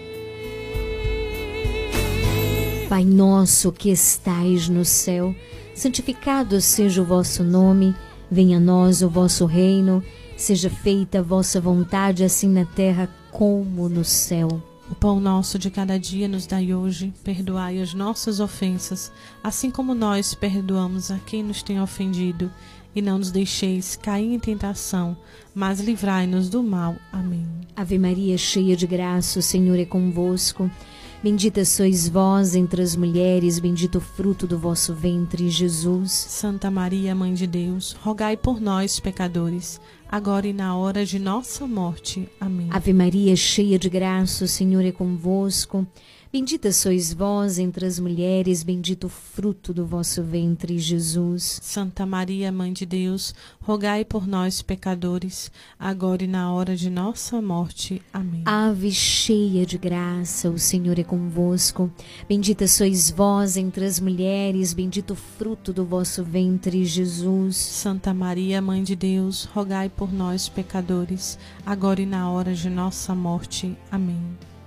Pai nosso que estais no céu, santificado seja o vosso nome, venha a nós o vosso reino, seja feita a vossa vontade, assim na terra como no céu. O pão nosso de cada dia nos dai hoje, perdoai as nossas ofensas, assim como nós perdoamos a quem nos tem ofendido, e não nos deixeis cair em tentação, mas livrai-nos do mal. Amém. Ave Maria, cheia de graça, o Senhor é convosco. Bendita sois vós entre as mulheres, bendito o fruto do vosso ventre, Jesus. Santa Maria, Mãe de Deus, rogai por nós, pecadores, agora e na hora de nossa morte. Amém. Ave Maria, cheia de graça, o Senhor é convosco. Bendita sois vós entre as mulheres, bendito o fruto do vosso ventre, Jesus. Santa Maria, Mãe de Deus, rogai por nós, pecadores, agora e na hora de nossa morte. Amém. Ave cheia de graça, o Senhor é convosco. Bendita sois vós entre as mulheres, bendito o fruto do vosso ventre, Jesus. Santa Maria, Mãe de Deus, rogai por nós, pecadores, agora e na hora de nossa morte. Amém.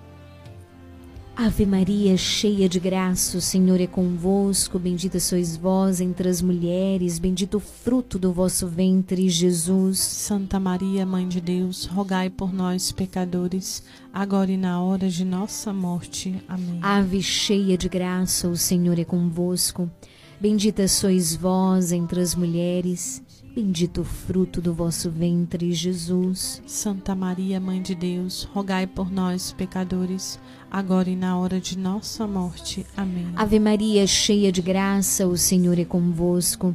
Ave Maria, cheia de graça, o Senhor é convosco. Bendita sois vós entre as mulheres, bendito o fruto do vosso ventre, Jesus. Santa Maria, Mãe de Deus, rogai por nós, pecadores, agora e na hora de nossa morte. Amém. Ave cheia de graça, o Senhor é convosco. Bendita sois vós entre as mulheres, bendito o fruto do vosso ventre, Jesus. Santa Maria, Mãe de Deus, rogai por nós, pecadores, agora e na hora de nossa morte. Amém. Ave Maria, cheia de graça, o Senhor é convosco.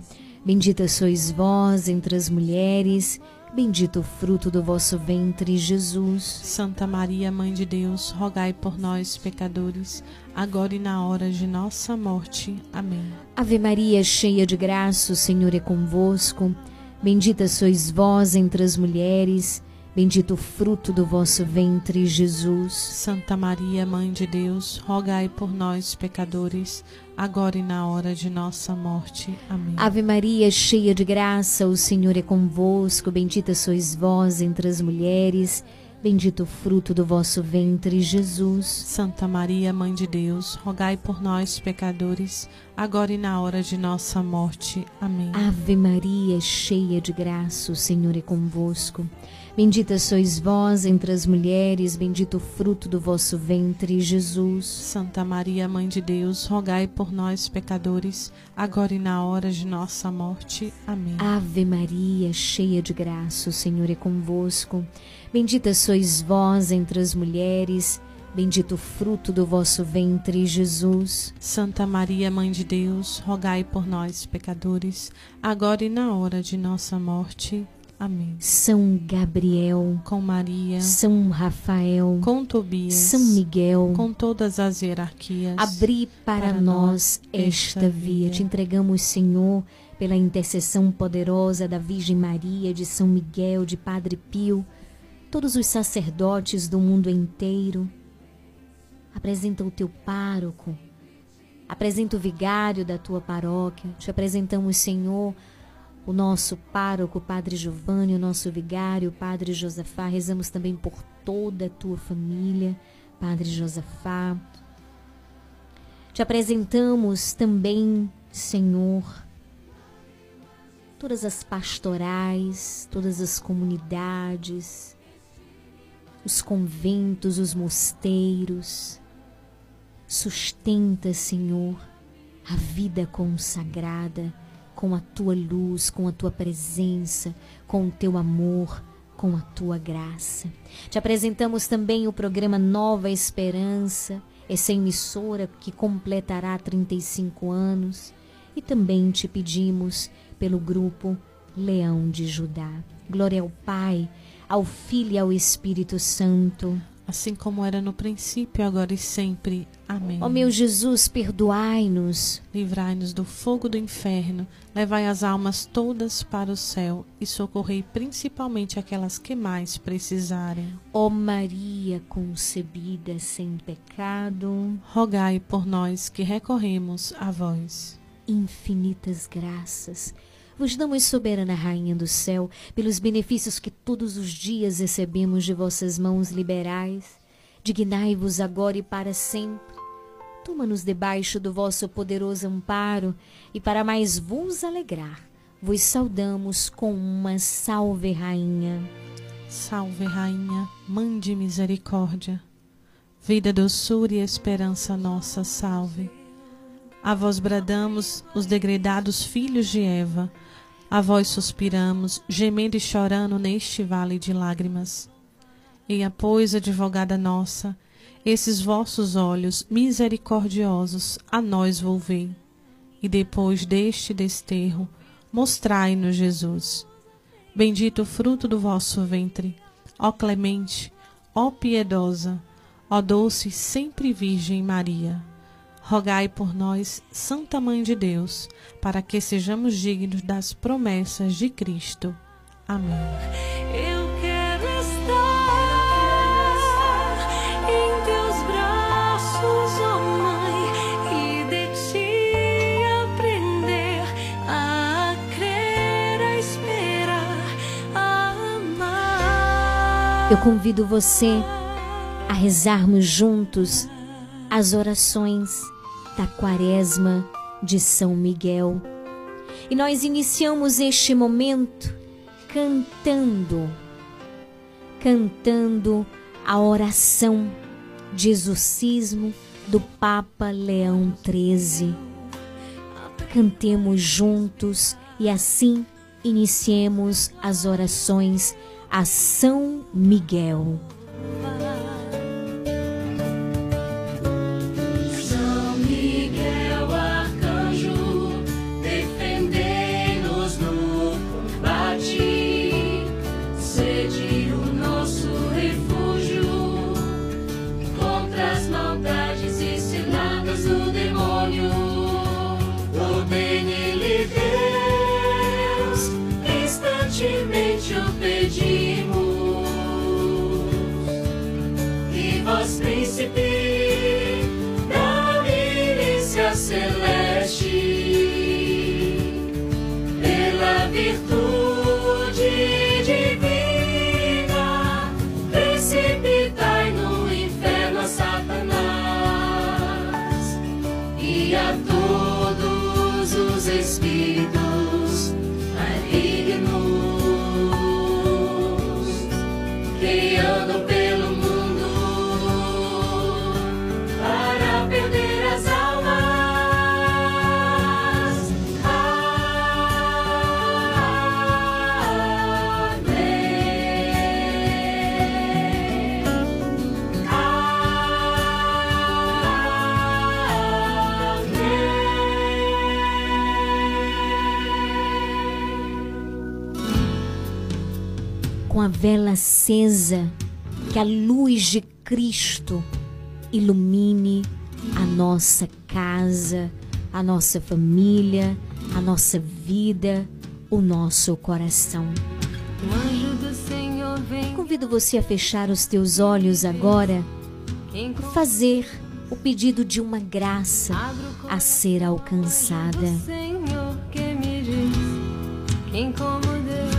Bendita sois vós entre as mulheres, bendito o fruto do vosso ventre, Jesus. Santa Maria, Mãe de Deus, rogai por nós, pecadores, agora e na hora de nossa morte. Amém. Ave Maria, cheia de graça, o Senhor é convosco. Bendita sois vós entre as mulheres, bendito o fruto do vosso ventre, Jesus. Santa Maria, Mãe de Deus, rogai por nós, pecadores, agora e na hora de nossa morte. Amém. Ave Maria, cheia de graça, o Senhor é convosco. Bendita sois vós entre as mulheres, bendito o fruto do vosso ventre, Jesus. Santa Maria, Mãe de Deus, rogai por nós, pecadores, agora e na hora de nossa morte. Amém. Ave Maria, cheia de graça, o Senhor é convosco. Bendita sois vós entre as mulheres, bendito o fruto do vosso ventre, Jesus. Santa Maria, Mãe de Deus, rogai por nós, pecadores, agora e na hora de nossa morte. Amém. Ave Maria, cheia de graça, o Senhor é convosco. Bendita sois vós entre as mulheres, bendito o fruto do vosso ventre, Jesus. Santa Maria, Mãe de Deus, rogai por nós, pecadores, agora e na hora de nossa morte. Amém. São Gabriel, com Maria, São Rafael, com Tobias, São Miguel, com todas as hierarquias, abri para nós esta via. Te entregamos, Senhor, pela intercessão poderosa da Virgem Maria, de São Miguel, de Padre Pio, todos os sacerdotes do mundo inteiro. Apresenta o teu pároco, apresenta o vigário da tua paróquia. Te apresentamos, Senhor, o nosso pároco, Padre Giovanni, o nosso vigário, Padre Josafá. Rezamos também por toda a tua família, Padre Josafá. Te apresentamos também, Senhor, todas as pastorais, todas as comunidades, os conventos, os mosteiros. Sustenta, Senhor, a vida consagrada, com a tua luz, com a tua presença, com o teu amor, com a tua graça. Te apresentamos também o programa Nova Esperança, essa emissora que completará 35 anos. E também te pedimos pelo grupo Leão de Judá. Glória ao Pai, ao Filho e ao Espírito Santo, assim como era no princípio, agora e sempre. Amém. Ó meu Jesus, perdoai-nos, livrai-nos do fogo do inferno, levai as almas todas para o céu e socorrei principalmente aquelas que mais precisarem. Ó Maria concebida sem pecado, rogai por nós que recorremos a vós. Infinitas graças vos damos, soberana Rainha do céu, pelos benefícios que todos os dias recebemos de vossas mãos liberais. Dignai-vos agora e para sempre. Toma-nos debaixo do vosso poderoso amparo e, para mais vos alegrar, vos saudamos com uma Salve Rainha. Salve Rainha, Mãe de misericórdia, vida, doçura e esperança nossa, salve. A vós bradamos, os degredados filhos de Eva, a vós suspiramos, gemendo e chorando neste vale de lágrimas. Eia, pois, advogada nossa, esses vossos olhos misericordiosos a nós volvei, e depois deste desterro, mostrai-nos Jesus. Bendito o fruto do vosso ventre, ó clemente, ó piedosa, ó doce sempre Virgem Maria. Rogai por nós, Santa Mãe de Deus, para que sejamos dignos das promessas de Cristo. Amém. Eu quero estar em teus braços, ó Mãe, e de ti aprender a crer, a esperar, a amar. Eu convido você a rezarmos juntos as orações da Quaresma de São Miguel. E nós iniciamos este momento cantando a oração de exorcismo do Papa Leão XIII. Cantemos juntos e assim iniciemos as orações a São Miguel. São Miguel, arcanjo, defendei-nos. virtude divina, precipitai no inferno a Satanás e a todos os espíritos malignos que andam pelo mundo para perder as almas. Com a vela acesa, que a luz de Cristo ilumine a nossa casa, a nossa família, a nossa vida, o nosso coração. O anjo do Senhor vem. Convido você a fechar os teus olhos agora, fazer o pedido de uma graça a ser alcançada. Senhor que me diz: quem como Deus,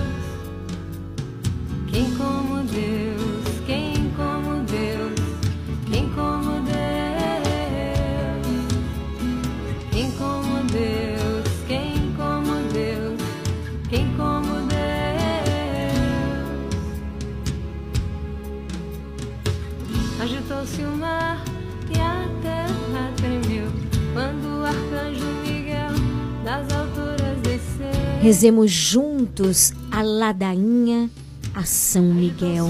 quem como Deus, quem como Deus, quem como Deus, quem como Deus, quem como Deus, quem como Deus. Agitou-se o mar e a terra tremeu quando o arcanjo Miguel das alturas desceu. Rezemos juntos a ladainha a São Miguel.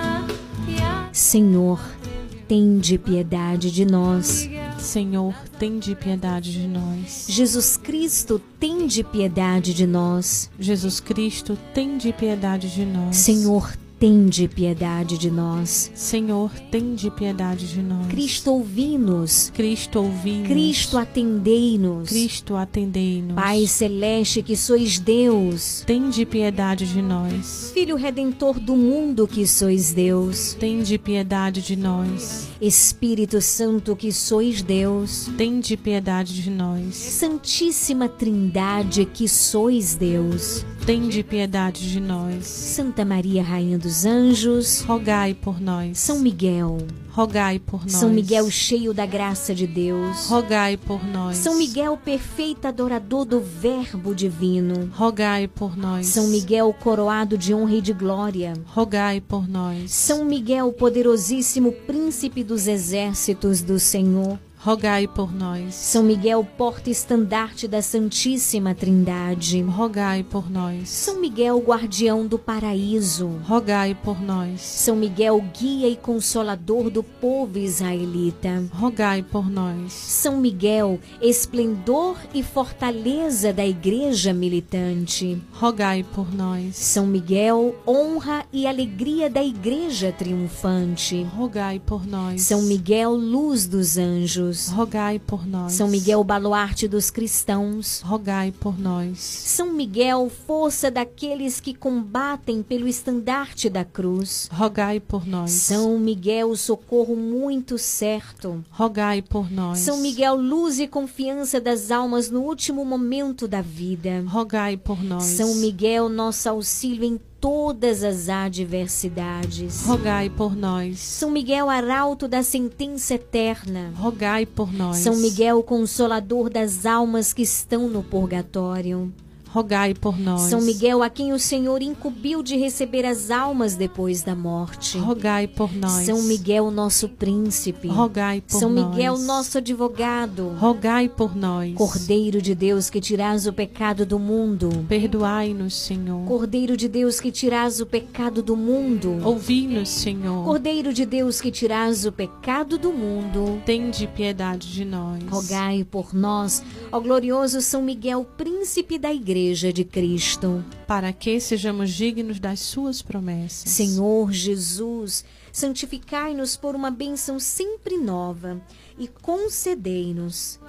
Senhor, tende piedade de nós. Senhor, tende piedade de nós. Jesus Cristo, tende piedade de nós. Jesus Cristo, tende piedade de nós. Senhor, tende piedade de nós. Senhor, tende piedade de nós. Cristo, ouvi-nos. Cristo, ouvi-nos. Cristo, atendei-nos. Cristo, atendei-nos. Pai celeste, que sois Deus, tende piedade de nós. Filho redentor do mundo, que sois Deus, tende piedade de nós. Espírito Santo, que sois Deus, tende piedade de nós. Santíssima Trindade, que sois Deus, tende piedade de nós. Santa Maria, Rainha dos Anjos, rogai por nós. São Miguel, rogai por nós. São Miguel, cheio da graça de Deus, rogai por nós. São Miguel, perfeito adorador do Verbo divino, rogai por nós. São Miguel, coroado de honra e de glória, rogai por nós. São Miguel, poderosíssimo príncipe dos exércitos do Senhor, rogai por nós. São Miguel, porta-estandarte da Santíssima Trindade, rogai por nós. São Miguel, guardião do paraíso, rogai por nós. São Miguel, guia e consolador do povo israelita, rogai por nós. São Miguel, esplendor e fortaleza da igreja militante, rogai por nós. São Miguel, honra e alegria da igreja triunfante, rogai por nós. São Miguel, luz dos anjos, rogai por nós. São Miguel, baluarte dos cristãos, rogai por nós. São Miguel, força daqueles que combatem pelo estandarte da cruz, rogai por nós. São Miguel, socorro muito certo, rogai por nós. São Miguel, luz e confiança das almas no último momento da vida, rogai por nós. São Miguel, nosso auxílio em todas as adversidades, rogai por nós. São Miguel, arauto da sentença eterna, rogai por nós. São Miguel, consolador das almas que estão no purgatório, rogai por nós. São Miguel, a quem o Senhor incumbiu de receber as almas depois da morte, rogai por nós. São Miguel, nosso príncipe, rogai por São nós. Miguel, nosso advogado, rogai por nós. Cordeiro de Deus, que tirás o pecado do mundo, perdoai-nos, Senhor. Cordeiro de Deus, que tirás o pecado do mundo, ouvi-nos, Senhor. Cordeiro de Deus, que tirás o pecado do mundo, tende piedade de nós. Rogai por nós, ó glorioso São Miguel, príncipe da Igreja de Cristo, para que sejamos dignos das suas promessas. Senhor Jesus, santificai-nos por uma bênção sempre nova e concedei-nos,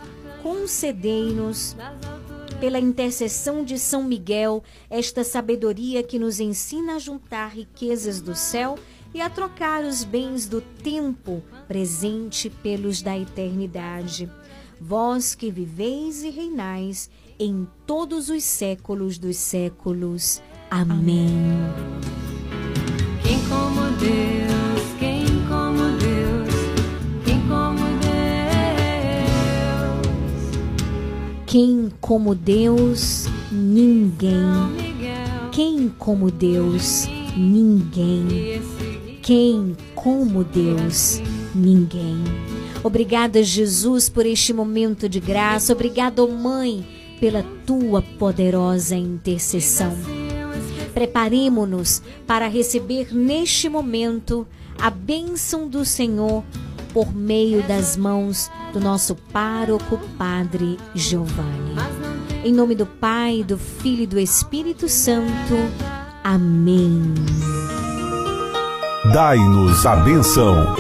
pela intercessão de São Miguel, esta sabedoria que nos ensina a juntar riquezas do céu e a trocar os bens do tempo presente pelos da eternidade. Vós que viveis e reinais em todos os séculos dos séculos. Amém. Quem como Deus, quem como Deus, quem como Deus. Quem como Deus, ninguém. Quem como Deus, ninguém. Quem como Deus, ninguém. Obrigada, Jesus, por este momento de graça. Obrigada, Mãe, pela tua poderosa intercessão. Preparemo-nos para receber neste momento a bênção do Senhor por meio das mãos do nosso pároco, Padre Giovanni. Em nome do Pai, do Filho e do Espírito Santo. Amém. Dai-nos a bênção.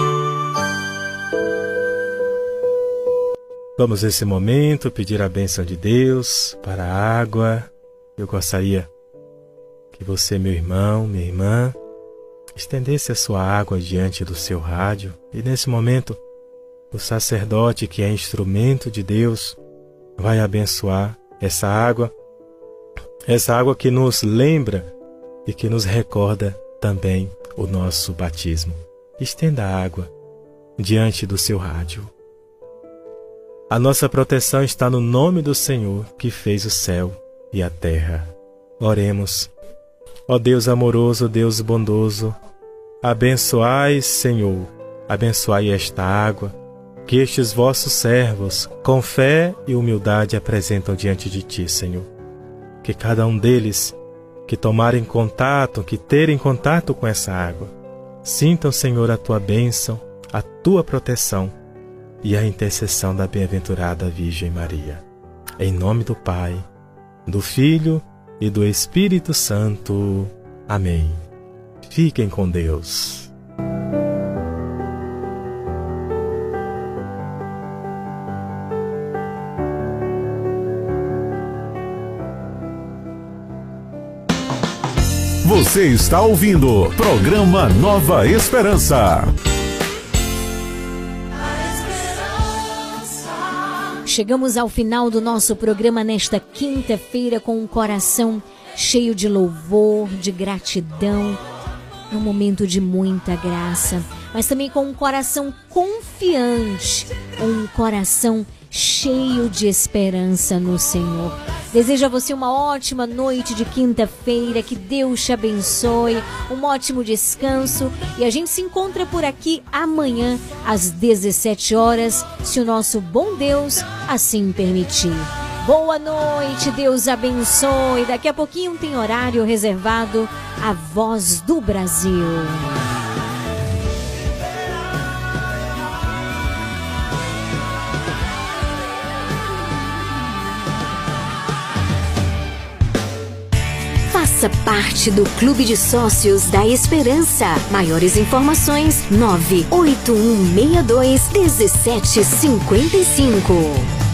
Vamos nesse momento pedir a bênção de Deus para a água. Eu gostaria que você, meu irmão, minha irmã, estendesse a sua água diante do seu rádio. E nesse momento, o sacerdote, que é instrumento de Deus, vai abençoar essa água que nos lembra e que nos recorda também o nosso batismo. Estenda a água diante do seu rádio. A nossa proteção está no nome do Senhor, que fez o céu e a terra. Oremos. Ó Deus amoroso, Deus bondoso, abençoai, Senhor, abençoai esta água, que estes vossos servos, com fé e humildade, apresentam diante de Ti, Senhor. Que cada um deles que tomarem contato, que terem contato com essa água, sintam, Senhor, a Tua bênção, a Tua proteção e a intercessão da bem-aventurada Virgem Maria. Em nome do Pai, do Filho e do Espírito Santo. Amém. Fiquem com Deus. Você está ouvindo Programa Nova Esperança. Chegamos ao final do nosso programa nesta quinta-feira com um coração cheio de louvor, de gratidão, num momento de muita graça, mas também com um coração confiante, um coração cheio de esperança no Senhor. Desejo a você uma ótima noite de quinta-feira, que Deus te abençoe, um ótimo descanso e a gente se encontra por aqui amanhã às 17 horas, se o nosso bom Deus assim permitir. Boa noite, Deus abençoe. Daqui a pouquinho tem horário reservado à Voz do Brasil. Faça parte do Clube de Sócios da Esperança. Maiores informações: 98162-1755.